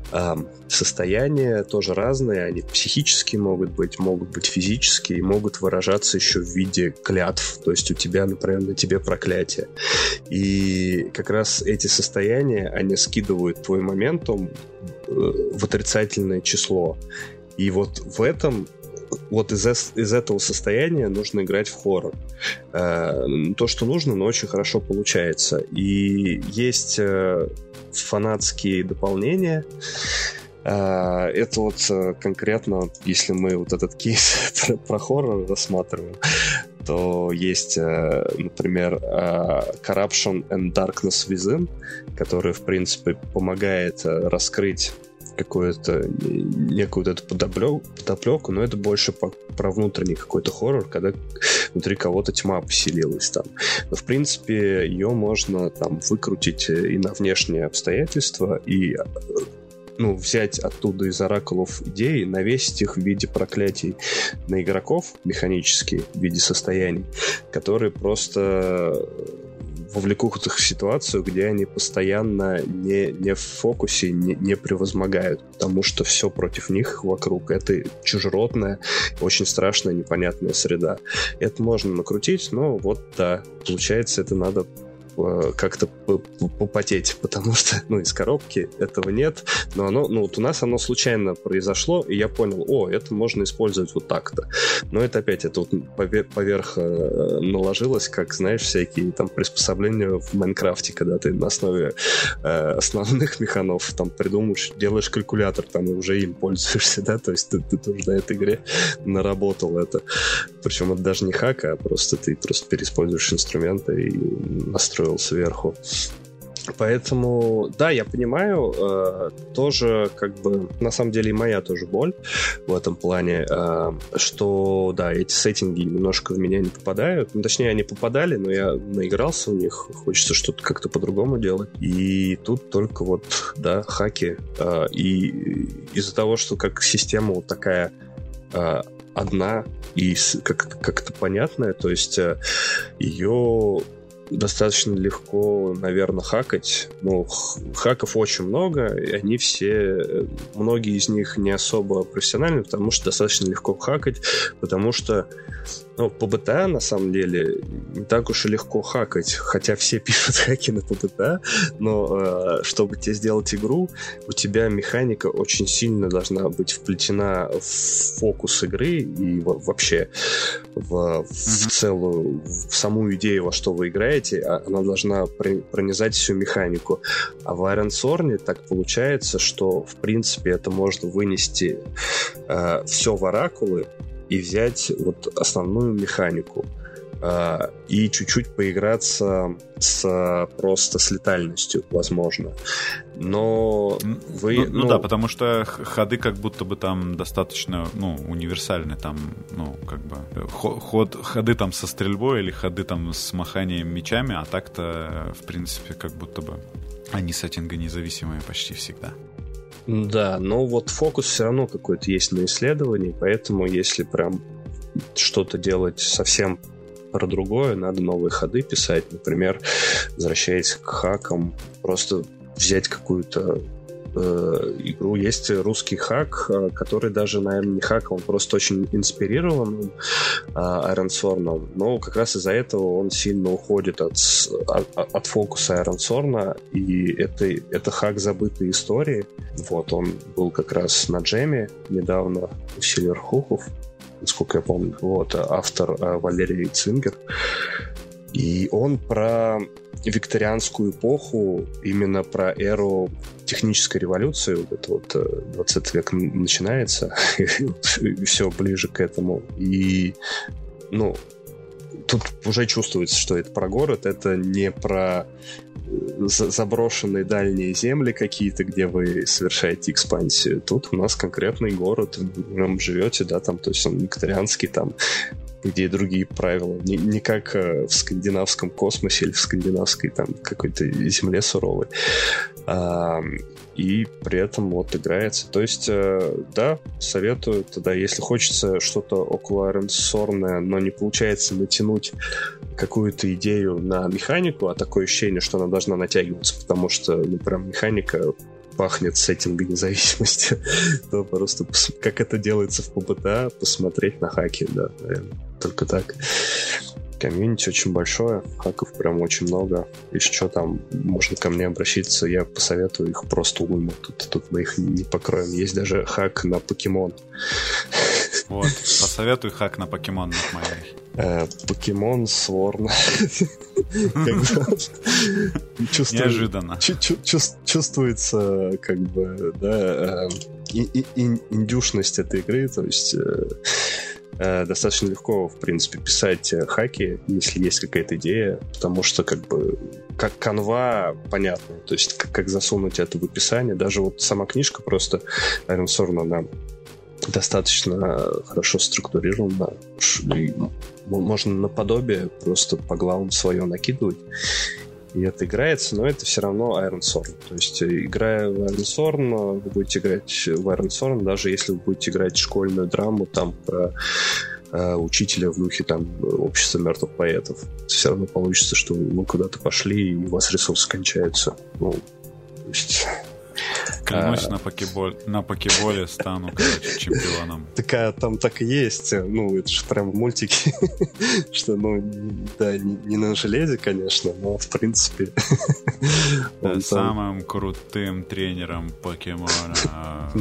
Состояния тоже разные, они психические могут быть физические, и могут выражаться еще в виде клятв, то есть у тебя, например, на тебе проклятие. И как раз эти состояния, они скидывают твой моментум в отрицательное число. И вот в этом вот из этого состояния нужно играть в хоррор. То, что нужно, но очень хорошо получается. И есть фанатские дополнения. Это вот конкретно, если мы вот этот кейс про хоррор рассматриваем, то есть, например, Corruption and Darkness Within, который, в принципе, помогает раскрыть некую вот эту подоплеку, но это больше про внутренний какой-то хоррор, когда внутри кого-то тьма поселилась там. Но, в принципе, ее можно там выкрутить и на внешние обстоятельства, и взять оттуда из оракулов идеи, навесить их в виде проклятий на игроков механически, в виде состояний, которые просто вовлекут их в ситуацию, где они постоянно не в фокусе, не превозмогают, потому что все против них вокруг. Это чужеродная, очень страшная, непонятная среда. Это можно накрутить, но вот да, получается, это надо как-то попотеть, потому что, из коробки этого нет, но оно, вот у нас оно случайно произошло, и я понял, это можно использовать вот так-то. Но это опять, это вот поверх наложилось, как, знаешь, всякие там приспособления в Майнкрафте, когда ты на основе основных механов там придумаешь, делаешь калькулятор, там, и уже им пользуешься, да, то есть ты тоже на этой игре наработал это. Причем это даже не хак, а просто ты переиспользуешь инструменты и настроил сверху. Поэтому, да, я понимаю, тоже как бы, на самом деле и моя тоже боль в этом плане, что, да, эти сеттинги немножко в меня не попадают. Точнее, они попадали, но я наигрался в них, хочется что-то как-то по-другому делать. И тут только вот, да, хаки. И из-за того, что как система вот такая одна и как-то понятная, то есть ее достаточно легко, наверное, хакать. Хаков очень много, и они все, многие из них не особо профессиональные, потому что достаточно легко хакать, потому что ПБТА, на самом деле, не так уж и легко хакать, хотя все пишут хаки на ПБТА, но чтобы тебе сделать игру, у тебя механика очень сильно должна быть вплетена в фокус игры и вообще в целую, в саму идею, во что вы играете, она должна пронизать всю механику. А в Iron Thorn так получается, что, в принципе, это можно вынести все в оракулы и взять вот основную механику и чуть-чуть поиграться просто с летальностью, возможно. Но вы... да, потому что ходы как будто бы там достаточно, универсальны. Там, как бы ходы там со стрельбой или ходы там с маханием мечами, а так-то, в принципе, как будто бы они сеттинга независимые почти всегда. Да, но вот фокус все равно какой-то есть на исследовании, поэтому если прям что-то делать совсем про другое, надо новые ходы писать. Например, возвращаясь к хакам, просто взять какую-то игру. Есть русский хак, который даже, наверное, не хак, он просто очень инспирирован Iron Thorn, но как раз из-за этого он сильно уходит от фокуса Iron Thorn, и это хак забытой истории. Вот, он был как раз на джеме недавно у Сильверхухов, насколько я помню. Вот, автор Валерий Цингер. И он про викторианскую эпоху, именно про эру технической революции. Вот это вот 20 век начинается, и все ближе к этому. И, ну, тут уже чувствуется, что это про город, это не про заброшенные дальние земли какие-то, где вы совершаете экспансию. Тут у нас конкретный город, вы в нем живете, да, там, то есть он викторианский, там, где другие правила. Не как в скандинавском космосе или в скандинавской там какой-то земле суровой. И при этом вот играется. То есть, да, советую тогда, если хочется что-то около Ironsorn, но не получается натянуть какую-то идею на механику, а такое ощущение, что она должна натягиваться, потому что, ну, прям механика пахнет сеттингом независимости, то просто как это делается в ПБТА, посмотреть на хаки, да, наверное, только так. Комьюнити очень большое, хаков прям очень много. Если что, там можно ко мне обращаться, я посоветую их просто уйму. Тут мы их не покроем. Есть даже хак на покемон. Вот, посоветуй хак на покемон, моей. Покемон Сворн. Неожиданно. Чувствуется, как бы, да, индюшность этой игры, то есть достаточно легко, в принципе, писать хаки, если есть какая-то идея, потому что, как бы, как канва понятно, то есть как засунуть это в описание. Даже вот сама книжка просто Ironsorn, она достаточно хорошо структурирована. Можно наподобие просто по главам свое накидывать, и это играется, но это все равно Ironsorn. То есть, играя в Ironsorn, вы будете играть в Ironsorn, даже если вы будете играть школьную драму там про учителя в духе там общества мертвых поэтов. Все равно получится, что вы куда-то пошли, и у вас ресурсы кончаются. Ну, то есть... Клянусь, на покеболе стану, короче, чемпионом. Там так и есть. Ну, это же прям мультики. Что, ну, да, не на железе, конечно, но в принципе... Самым крутым тренером покемона.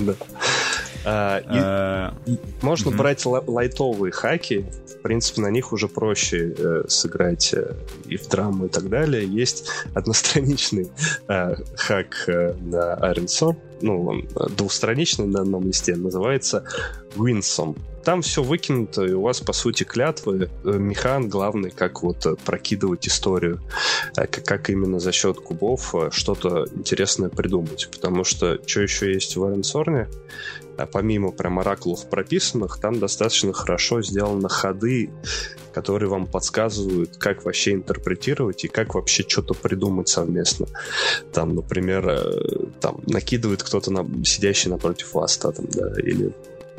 Да. Можно брать лайтовые хаки. В принципе, на них уже проще сыграть и в драму и так далее. Есть одностраничный хак на Ironsorn. Ну, он двухстраничный на одном листе. Называется Winsome. Там все выкинуто, и у вас, по сути, клятвы. Механ главный, как вот прокидывать историю. Как именно за счет кубов что-то интересное придумать. Потому что что еще есть в Ironsorn? Помимо прям оракулов прописанных, там достаточно хорошо сделаны ходы, которые вам подсказывают, как вообще интерпретировать и как вообще что-то придумать совместно. Там, например, там накидывает кто-то сидящий напротив вас, там, да, или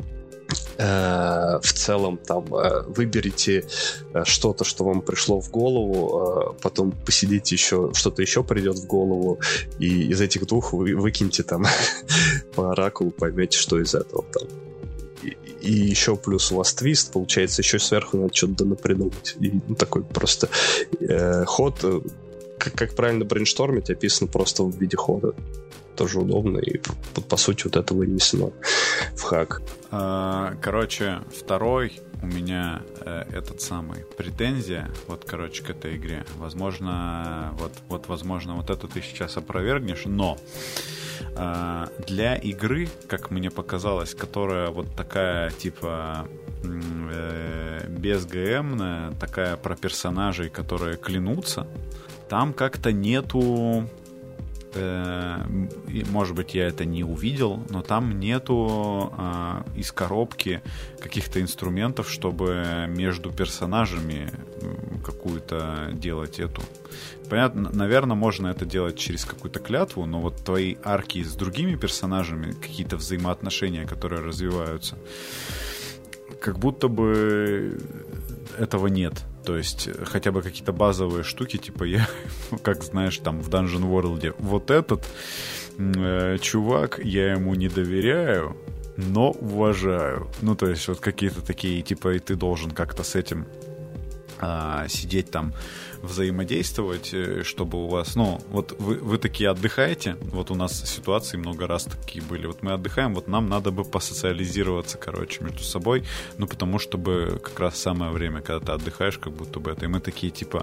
в целом там выберите что-то, что вам пришло в голову, потом посидите еще, что-то еще придет в голову, и из этих двух вы выкиньте там по оракулу, поймете, что из этого там. И еще плюс у вас твист, получается, еще сверху надо что-то напридумать. И такой просто ход, как правильно брейнштормить, описано просто в виде хода. Тоже удобно, и по сути вот это вынесено в хак. Короче, второй у меня этот самый претензия, вот, короче, к этой игре. Возможно, возможно, вот это ты сейчас опровергнешь, но для игры, как мне показалось, которая вот такая, типа, без ГМная, такая про персонажей, которые клянутся, там как-то нету... может быть, я это не увидел, но там нету из коробки каких-то инструментов, чтобы между персонажами какую-то делать эту. Понятно, наверное, можно это делать через какую-то клятву, но вот твои арки с другими персонажами, какие-то взаимоотношения, которые развиваются, как будто бы этого нет. То есть хотя бы какие-то базовые штуки, типа я, как знаешь, там в Dungeon World, вот этот чувак, я ему не доверяю, но уважаю. Ну, то есть вот какие-то такие, типа, и ты должен как-то с этим сидеть там, взаимодействовать, чтобы у вас, ну, вот вы такие отдыхаете, вот у нас ситуации много раз такие были, вот мы отдыхаем, вот нам надо бы посоциализироваться, короче, между собой, ну, потому чтобы как раз самое время, когда ты отдыхаешь, как будто бы это, и мы такие, типа,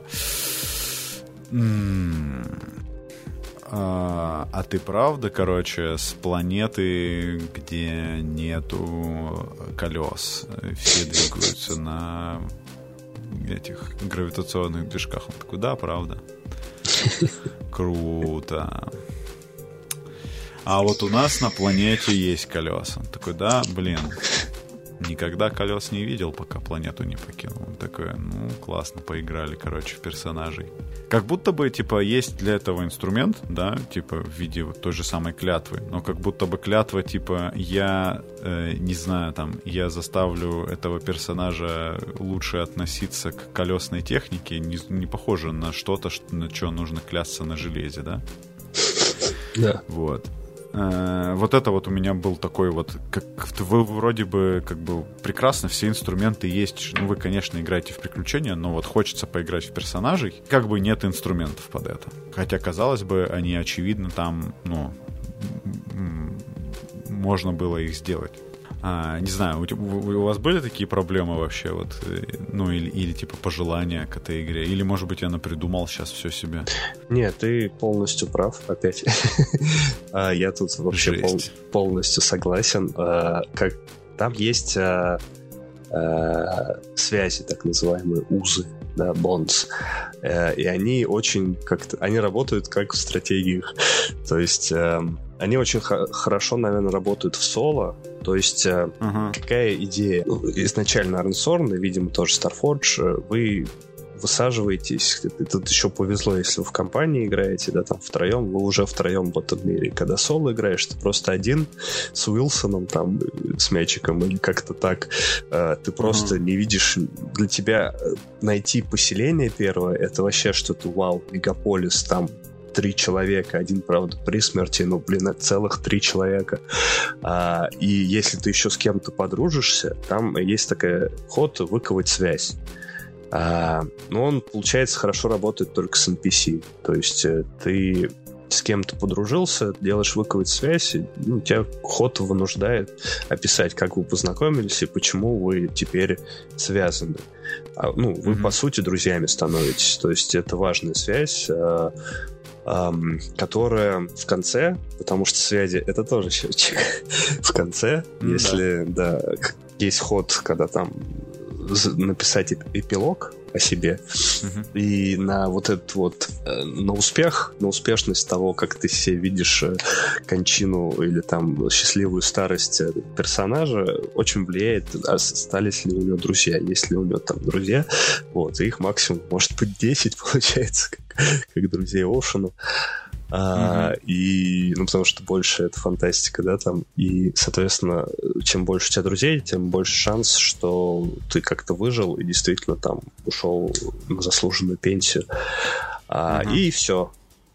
а ты правда, короче, с планеты, где нету колес, все двигаются на этих гравитационных движках? Он такой, да, правда. Круто. А вот у нас на планете есть колеса. Он такой, да, блин, никогда колес не видел, пока планету не покинул. Он такой, ну, классно, поиграли, короче, в персонажей. Как будто бы, типа, есть для этого инструмент, да, типа, в виде вот той же самой клятвы, но как будто бы клятва, типа, я, не знаю, там, я заставлю этого персонажа лучше относиться к колесной технике, не похоже на что-то, на что нужно клясться на железе, да? Да. Вот. Вот это вот у меня был такой вот, как вы вроде бы как бы прекрасно, все инструменты есть, ну вы, конечно, играете в приключения, но вот хочется поиграть в персонажей, как бы нет инструментов под это. Хотя, казалось бы, они, очевидно, там, ну, можно было их сделать. Не знаю, у вас были такие проблемы вообще, вот, ну, или типа пожелания к этой игре? Или, может быть, я напридумал сейчас все себе? Нет, ты полностью прав, опять. Я тут вообще полностью согласен. Там есть связи, так называемые узы, да, bonds. И они очень как-то... Они работают как в стратегиях. То есть они очень хорошо, наверное, работают в соло. То есть какая идея? Изначально Ironsorn, и, видимо, тоже Starforge, вы высаживаетесь. Тут еще повезло, если вы в компании играете, да, там втроем, вы уже втроем в этом мире. Когда соло играешь, ты просто один с Уилсоном, там, с мячиком или как-то так. Ты просто не видишь... Для тебя найти поселение первое, это вообще что-то вау, мегаполис, там 3 человека, один, правда, при смерти, но, блин, это целых 3 человека. И если ты еще с кем-то подружишься, там есть такой ход выковать связь. Но он, получается, хорошо работает только с NPC. То есть ты с кем-то подружился, делаешь выковать связь, и, ну, тебя ход вынуждает описать, как вы познакомились и почему вы теперь связаны. Вы, по сути, друзьями становитесь. То есть это важная связь, которая в конце, потому что связи — это тоже счетчик, в конце, если, да, есть ход, когда там написать эпилог о себе, и на вот этот вот на успех, на успешность того, как ты себе видишь кончину или там счастливую старость персонажа, очень влияет, остались ли у него друзья, есть ли у него там друзья, вот, и их максимум может быть 10, получается, как друзей Оушена. И, потому что больше это фантастика, да, там, и, соответственно, чем больше у тебя друзей, тем больше шанс, что ты как-то выжил и действительно там ушел на заслуженную пенсию. И все.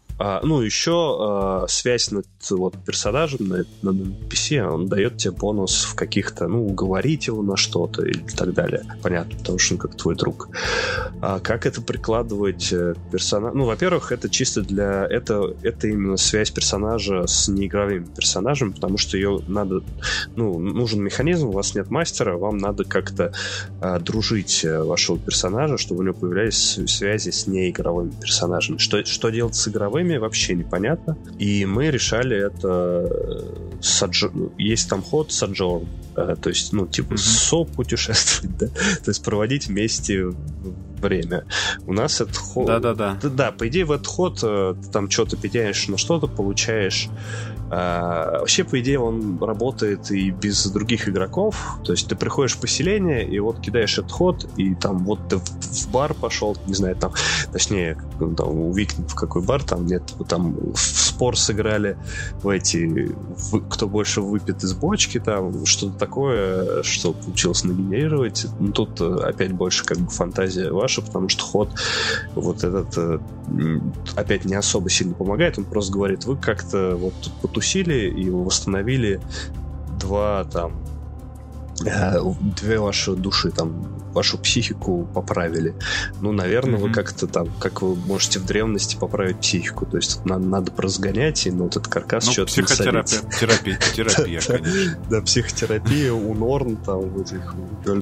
Еще связь над вот персонажем, над NPC, он дает тебе бонус в каких-то, уговорить его на что-то и так далее. Понятно, потому что он как твой друг. Как это прикладывать персонаж? Во-первых, это чисто для... Это именно связь персонажа с неигровыми персонажами, потому что ее надо... нужен механизм, у вас нет мастера, вам надо как-то дружить вашего персонажа, чтобы у него появлялись связи с неигровыми персонажами. Что делать с игровыми, вообще непонятно. И мы решали это есть там ход Sojourn, то есть, сопутешествовать, да? То есть проводить вместе время. У нас этот ход... Да, по идее, в этот ход ты там что-то пеняешь, на что-то получаешь. Вообще, по идее, он работает и без других игроков. То есть ты приходишь в поселение, и вот кидаешь этот ход, и там вот ты в бар пошел, не знаю, там, точнее, там, у Викингов какой бар, там нет, там в спор сыграли кто больше выпьет из бочки, там, что-то такое, что получилось нагенерировать. Тут опять больше как бы фантазия ваша, потому что ход вот этот опять не особо сильно помогает, он просто говорит, вы как-то вот потусили и восстановили две ваши души, там, вашу психику поправили. Ну, наверное, вы как-то там, как вы можете в древности поправить психику. То есть надо прозгонять, и этот каркас что-то психотерапия, конечно. Да, психотерапия у Норн, там, в этих...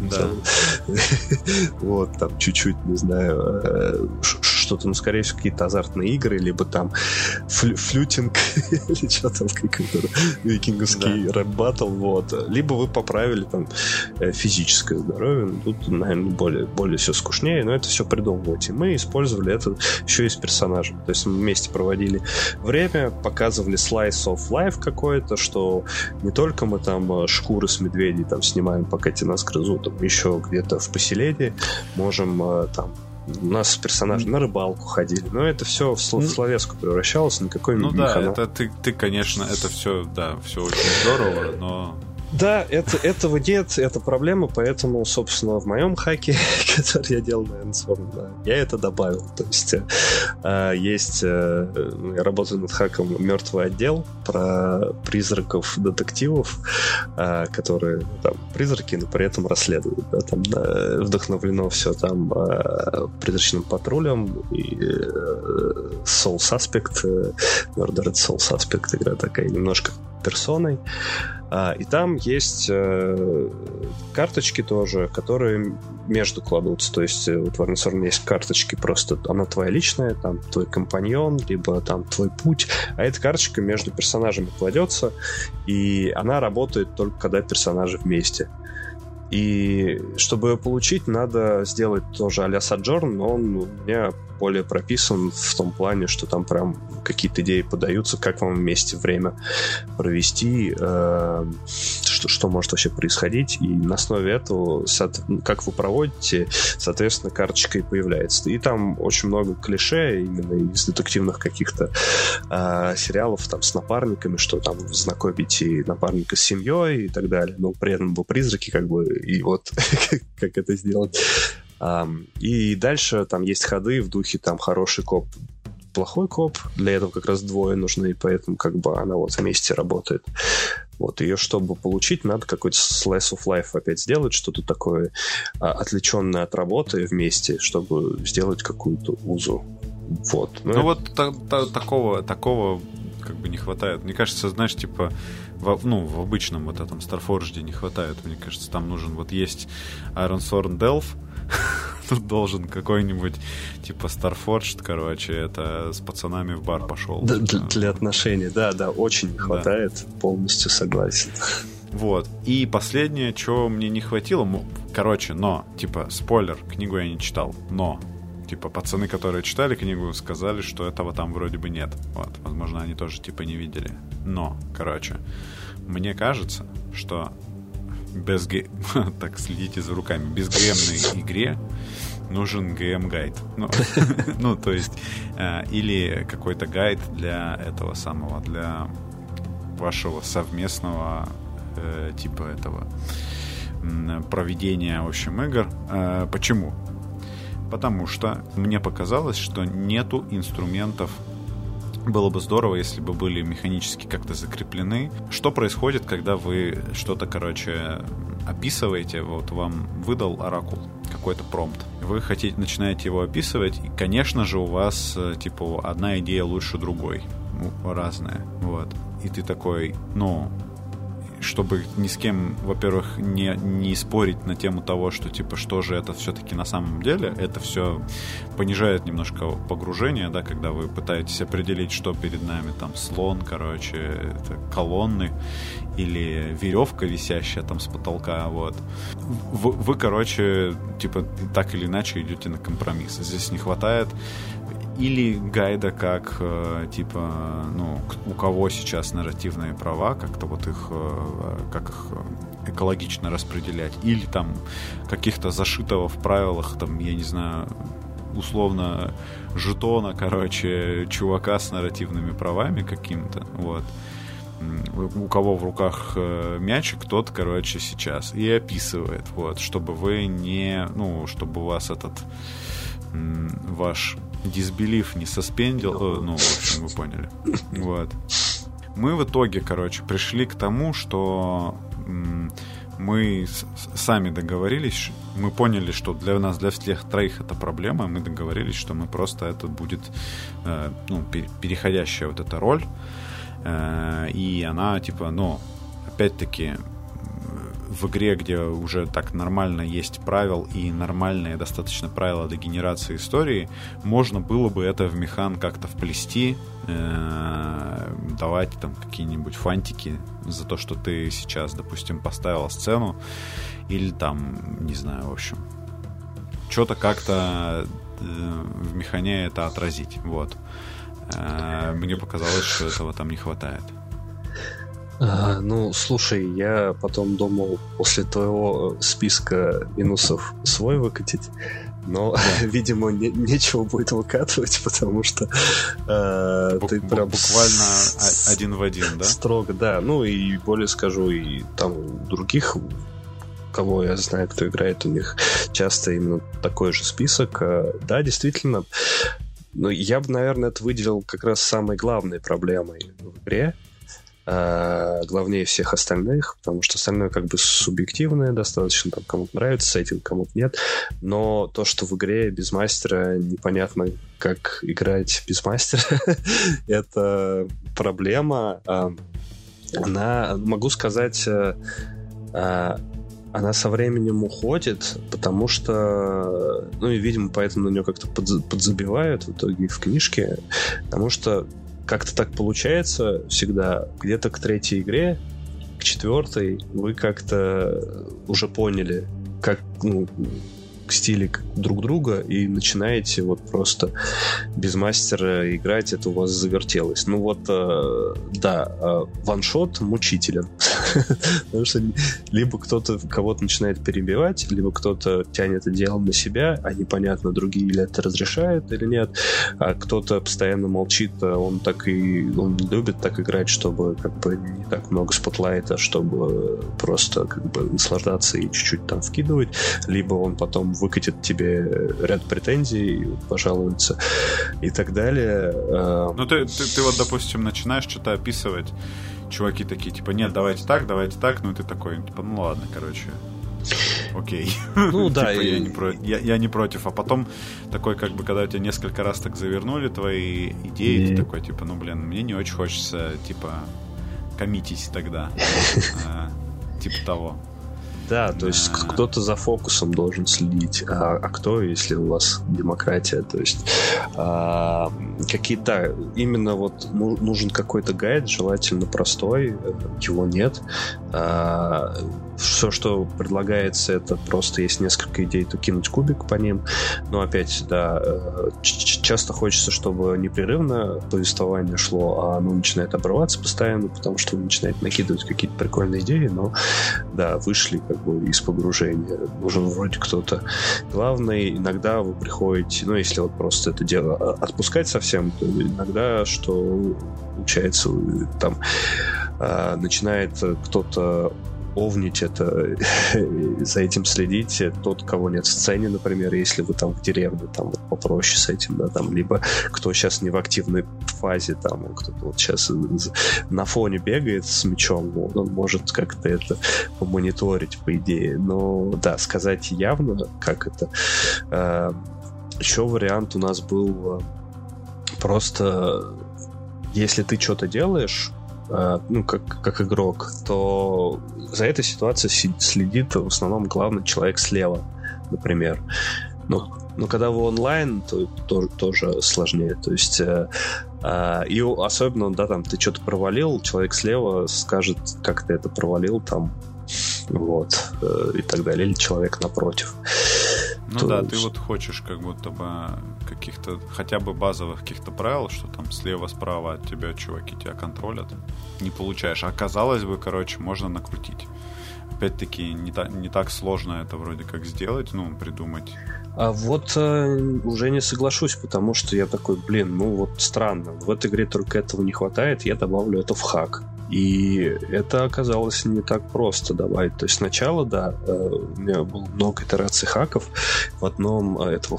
Вот, там, чуть-чуть, не знаю, что-то, ну, скорее всего, какие-то азартные игры, либо там флютинг, или что там, какой-то викинговский рэп-баттл, вот. Либо вы поправили там физическое здоровье. Тут, наверное, более все скучнее, но это все придумываете. Мы использовали это еще и с персонажем. То есть мы вместе проводили время, показывали slice of life какой-то, что не только мы там шкуры с медведей там снимаем, пока те нас грызут, там еще где-то в поселении можем там... У нас персонажи на рыбалку ходили, но это все в словеску превращалось, никакой механизм. Да, это ты, конечно, это все, да, все очень здорово, но... Да, этого нет, это проблема, поэтому, собственно, в моем хаке, который я делал на Ensworn, да, я это добавил. То есть я работаю над хаком «Мертвый отдел» про призраков-детективов, которые там призраки, но при этом расследуют. Да, там вдохновлено все там призрачным патрулем и Soul Suspect, Murdered Soul Suspect, игра такая немножко персоной. И там есть карточки тоже, которые между кладутся. То есть вот в Ensworn есть карточки просто, она твоя личная, там твой компаньон, либо там твой путь, а эта карточка между персонажами кладется, и она работает только когда персонажи вместе. И чтобы ее получить, надо сделать тоже а-ля Sojourn, но он у меня более прописан в том плане, что там прям какие-то идеи подаются, как вам вместе время провести, что может вообще происходить, и на основе этого, как вы проводите, соответственно, карточка и появляется. И там очень много клише именно из детективных каких-то сериалов там с напарниками, что там знакомите напарника с семьей и так далее, но при этом бы призраки как бы, и вот как это сделать. И дальше там есть ходы в духе там хороший коп, плохой коп. Для этого как раз двое нужны, и поэтому как бы она вот вместе работает. Вот ее, чтобы получить, надо какой-то slice of life опять сделать, что-то такое отвлеченное от работы вместе, чтобы сделать какую-то узу. Вот. Ну вот такого как бы не хватает. Мне кажется, знаешь, типа в обычном вот этом Starforged не хватает. Мне кажется, там нужен вот есть Ironsworn Delve. Тут должен какой-нибудь типа Starforged, короче, это с пацанами в бар пошел. Для отношений, да, очень не хватает, полностью согласен. Вот. И последнее, чего мне не хватило, короче, но, типа, спойлер, книгу я не читал, но, типа, пацаны, которые читали книгу, сказали, что этого там вроде бы нет. Вот, возможно, они тоже, типа, не видели. Но, короче, мне кажется, что так, следите за руками, безгемной игре нужен ГМ-гайд. Ну, то есть, или какой-то гайд для этого самого, для вашего совместного типа этого проведения, в общем, игр. Почему? Потому что мне показалось, что нету инструментов. Было бы здорово, если бы были механически как-то закреплены. Что происходит, когда вы что-то, короче, описываете? Вот вам выдал оракул какой-то промпт. Вы начинаете его описывать, и, конечно же, у вас, типа, одна идея лучше другой. Разная. Вот. И ты такой, чтобы ни с кем, во-первых, не спорить на тему того, что, типа, что же это все-таки на самом деле, это все понижает немножко погружение, да, когда вы пытаетесь определить, что перед нами, там, слон, короче, это колонны или веревка, висящая там с потолка, вот. Вы, короче, типа, так или иначе идете на компромисс. Здесь не хватает или гайда, как, типа, у кого сейчас нарративные права, как-то вот как их экологично распределять, или там каких-то зашитого в правилах, там, я не знаю, условно жетона, короче, чувака с нарративными правами каким-то, вот. У кого в руках мячик, тот, короче, сейчас и описывает, вот, чтобы вы не, чтобы у вас этот ваш дисбелив не суспендил, в общем, вы поняли. Вот. Мы в итоге, короче, пришли к тому, что мы сами договорились, мы поняли, что для нас, для всех троих это проблема, мы договорились, что мы просто это будет переходящая вот эта роль, и она типа, опять-таки в игре, где уже так нормально есть правил и нормальные достаточно правила для генерации истории, можно было бы это в механ как-то вплести, давать там какие-нибудь фантики за то, что ты сейчас, допустим, поставила сцену, или там, не знаю, в общем, что-то как-то в механе это отразить. Вот. Мне показалось, что этого там не хватает. Слушай, я потом думал после твоего списка минусов свой выкатить, но, видимо, нечего будет выкатывать, потому что ты прям... Буквально один в один, да? Строго, да. И более скажу, и там у других, кого я знаю, кто играет, у них часто именно такой же список. Да, действительно. Я бы, наверное, это выделил как раз самой главной проблемой в игре. Главнее всех остальных, потому что остальное как бы субъективное достаточно, там кому-то нравится сеттинг, кому-то нет, но то, что в игре без мастера непонятно, как играть без мастера, это проблема. Она, могу сказать, она со временем уходит, потому что, и, видимо, поэтому на нее как-то подзабивают в итоге в книжке, потому что как-то так получается всегда, где-то к третьей игре, к четвертой, вы как-то уже поняли, как стили друг друга, и начинаете вот просто без мастера играть, это у вас завертелось. Ваншот мучителен. Потому что либо кто-то кого-то начинает перебивать, либо кто-то тянет это дело на себя, а непонятно, другие или это разрешают, или нет. А кто-то постоянно молчит, он любит так играть, чтобы как бы не так много спотлайта, чтобы просто как бы наслаждаться и чуть-чуть там вкидывать. Либо он потом выкатит тебе ряд претензий, пожалуется и так далее. Ты вот, допустим, начинаешь что-то описывать, чуваки такие, типа, нет, давайте так, и ты такой, типа, ладно, короче, окей. Да. Я не против. А потом такой, как бы, когда тебя несколько раз так завернули твои идеи, ты такой, типа, мне не очень хочется, типа, коммитить тогда. Типа того. Да, то есть кто-то за фокусом должен следить, а кто, если у вас демократия, то есть какие-то именно вот нужен какой-то гайд, желательно простой, его нет. Все, что предлагается, это просто есть несколько идей, то кинуть кубик по ним. Но опять, да, часто хочется, чтобы непрерывно повествование шло, а оно начинает обрываться постоянно, потому что начинает накидывать какие-то прикольные идеи, но да, вышли как бы из погружения. Нужен вроде кто-то главный. Иногда вы приходите, если вот просто это дело отпускать совсем, то иногда, что получается, там начинает кто-то овнить это, за этим следить, тот, кого нет в сцене, например, если вы там в деревне, там вот попроще с этим, да, там, либо кто сейчас не в активной фазе, там, кто-то вот сейчас на фоне бегает с мечом, он может как-то это помониторить, по идее, но, да, сказать явно, как это. Еще вариант у нас был просто, если ты что-то делаешь, как игрок, то за этой ситуацией следит в основном главный человек слева, например. Но когда вы онлайн, то тоже сложнее. То есть и особенно, да, там ты что-то провалил, человек слева скажет, как ты это провалил, там, вот, и так далее, или человек напротив. Ты вот хочешь как будто бы каких-то хотя бы базовых каких-то правил, что там слева-справа от тебя чуваки тебя контролят, не получаешь. А казалось бы, можно накрутить. Опять-таки, не так сложно это вроде как сделать, придумать. А вот уже не соглашусь, потому что я такой, странно. В этой игре только этого не хватает, я добавлю это в хак. И это оказалось не так просто добавить. То есть сначала, да, у меня было много итераций хаков. В одном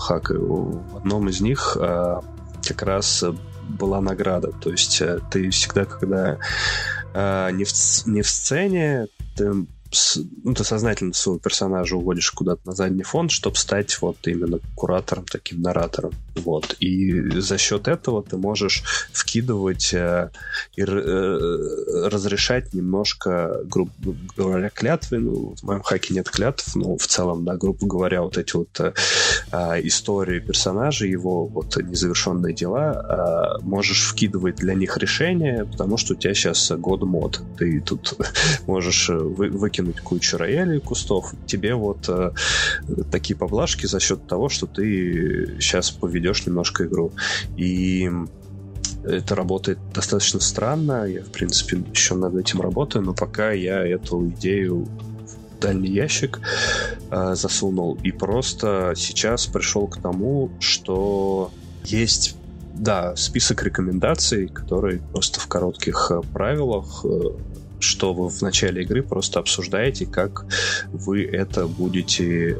из них как раз была награда. То есть ты всегда, когда не в сцене, ты ты сознательно своего персонажа уводишь куда-то на задний фон, чтобы стать вот именно куратором, таким наратором. Вот. И за счет этого ты можешь вкидывать и разрешать немножко, грубо говоря, клятвы. Ну, в моем хаке нет клятв, но в целом, да, грубо говоря, вот эти вот истории персонажа, его вот незавершенные дела, можешь вкидывать для них решения, потому что у тебя сейчас год-мод. Ты тут можешь выкинуть кучу роялей, кустов. Тебе вот такие поблажки за счет того, что ты сейчас поведешь немножко игру. И это работает достаточно странно. Я, в принципе, еще над этим работаю, но пока я эту идею в дальний ящик засунул. И просто сейчас пришел к тому, что есть, да, список рекомендаций, которые просто в коротких правилах, что вы в начале игры просто обсуждаете, как вы это будете...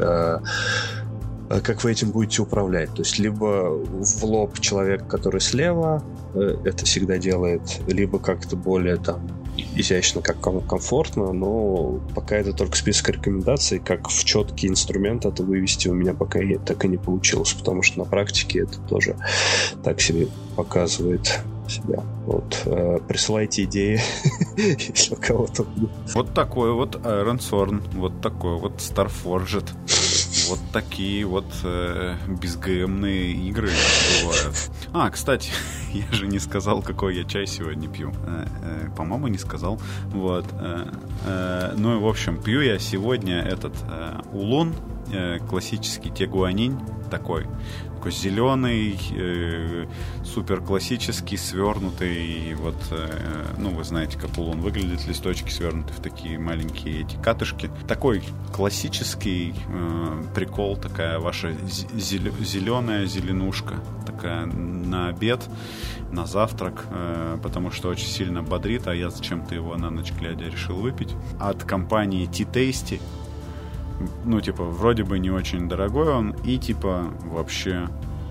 как вы этим будете управлять. То есть либо в лоб человек, который слева, это всегда делает, либо как-то более там изящно, как комфортно, но пока это только список рекомендаций, как в четкий инструмент это вывести у меня пока так и не получилось, потому что на практике это тоже так себе показывает себя. Вот, присылайте идеи, если у кого-то... Вот такой вот Ironsorn, вот такой вот Starforged. Вот такие вот безгэмные игры бывают. Кстати, я же не сказал, какой я чай сегодня пью. По-моему, не сказал. Вот. Ну и, в общем, пью я сегодня этот улун, классический тегуанинь, такой зеленый, супер классический, свернутый. Вот, ну, вы знаете, как улун выглядит, листочки свернуты в такие маленькие эти катышки. Такой классический прикол, такая ваша зеленая зеленушка, такая на обед, на завтрак, потому что очень сильно бодрит, а я зачем-то его на ночь глядя решил выпить. От компании Tea-Tasty. Ну, типа, вроде бы не очень дорогой он, и, типа, вообще.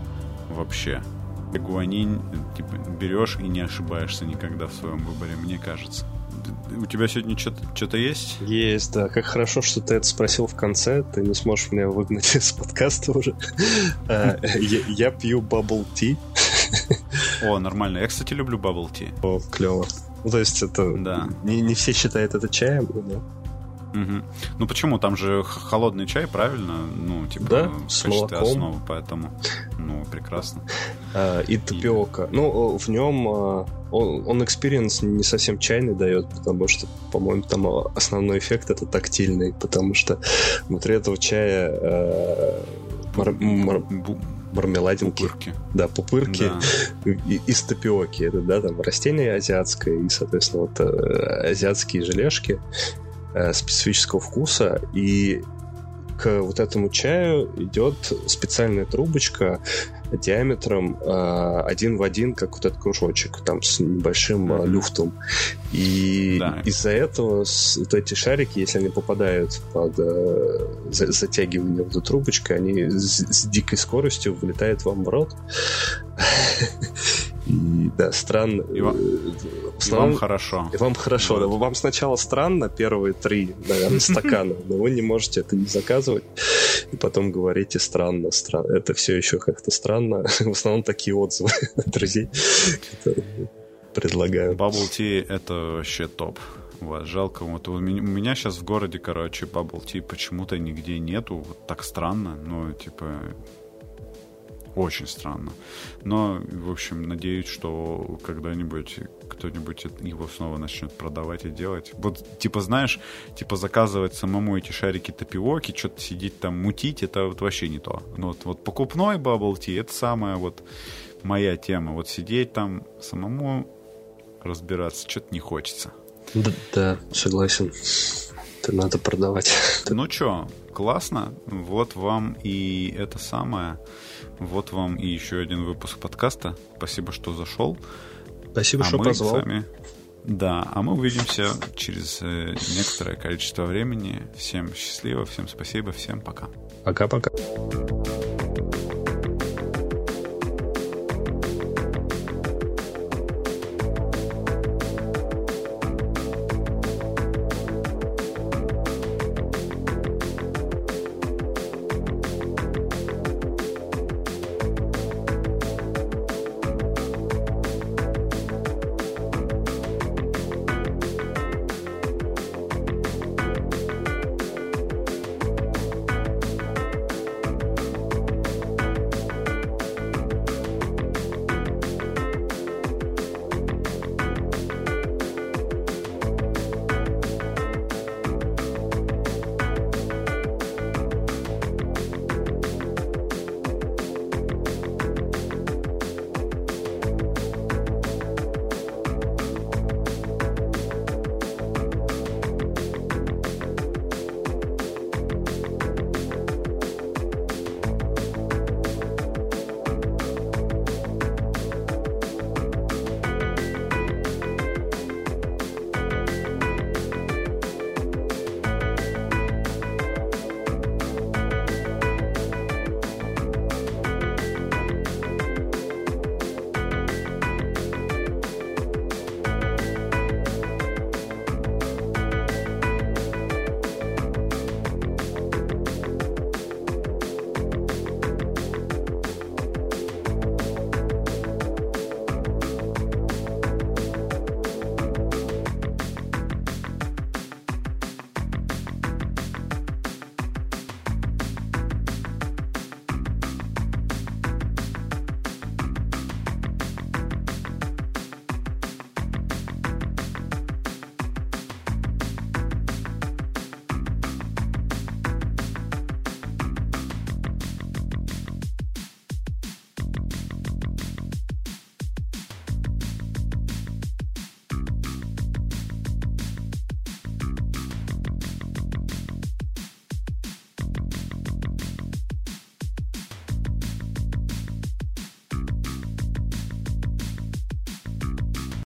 Гуанинь, типа, берешь и не ошибаешься никогда в своем выборе, мне кажется. У тебя сегодня что-то есть? Есть, да. Как хорошо, что ты это спросил в конце. Ты не сможешь меня выгнать из подкаста уже. Я пью bubble tea. О, нормально. Я, кстати, люблю bubble tea. О, клево. Ну, то есть это... Не все считают это чаем, да? Угу. Ну почему? Там же холодный чай, правильно? Ну, типа, да, в качестве основы, поэтому, ну, прекрасно. И тапиока. Ну, в нем он экспириенс не совсем чайный дает, потому что, по-моему, там основной эффект это тактильный, потому что внутри этого чая мармеладинки. Пупырки. Да, пупырки, да. Из тапиоки. Это, да, там растение азиатское и, соответственно, вот азиатские желешки специфического вкуса, и к вот этому чаю идет специальная трубочка диаметром 1 в 1, как вот этот кружочек, там с небольшим люфтом. И из-за этого вот эти шарики, если они попадают под затягивание в эту трубочку, они с дикой скоростью вылетают вам в рот. И да, странно. И вам хорошо. И вам хорошо. Вот. Да. Вам сначала странно, первые 3, наверное, стакана, но вы не можете это не заказывать. И потом говорите странно. Это все еще как-то странно. В основном такие отзывы от друзей, которые предлагают. Bubble tea — это вообще топ. Вот, жалко. Вот у меня сейчас в городе, короче, bubble tea почему-то нигде нету. Вот так странно. Ну, типа... Очень странно. Но, в общем, надеюсь, что когда-нибудь кто-нибудь его снова начнет продавать и делать. Вот, типа, знаешь, типа заказывать самому эти шарики тапиоки, что-то сидеть там мутить, это вот вообще не то. Но вот покупной bubble tea — это самая вот моя тема. Вот сидеть там самому разбираться что-то не хочется. Да, согласен. Это надо продавать. Ну что, классно. Вот вам и это самое. Вот вам и еще один выпуск подкаста. Спасибо, что зашел. Спасибо, что позвал. А мы увидимся через некоторое количество времени. Всем счастливо, всем спасибо, всем пока. Пока-пока.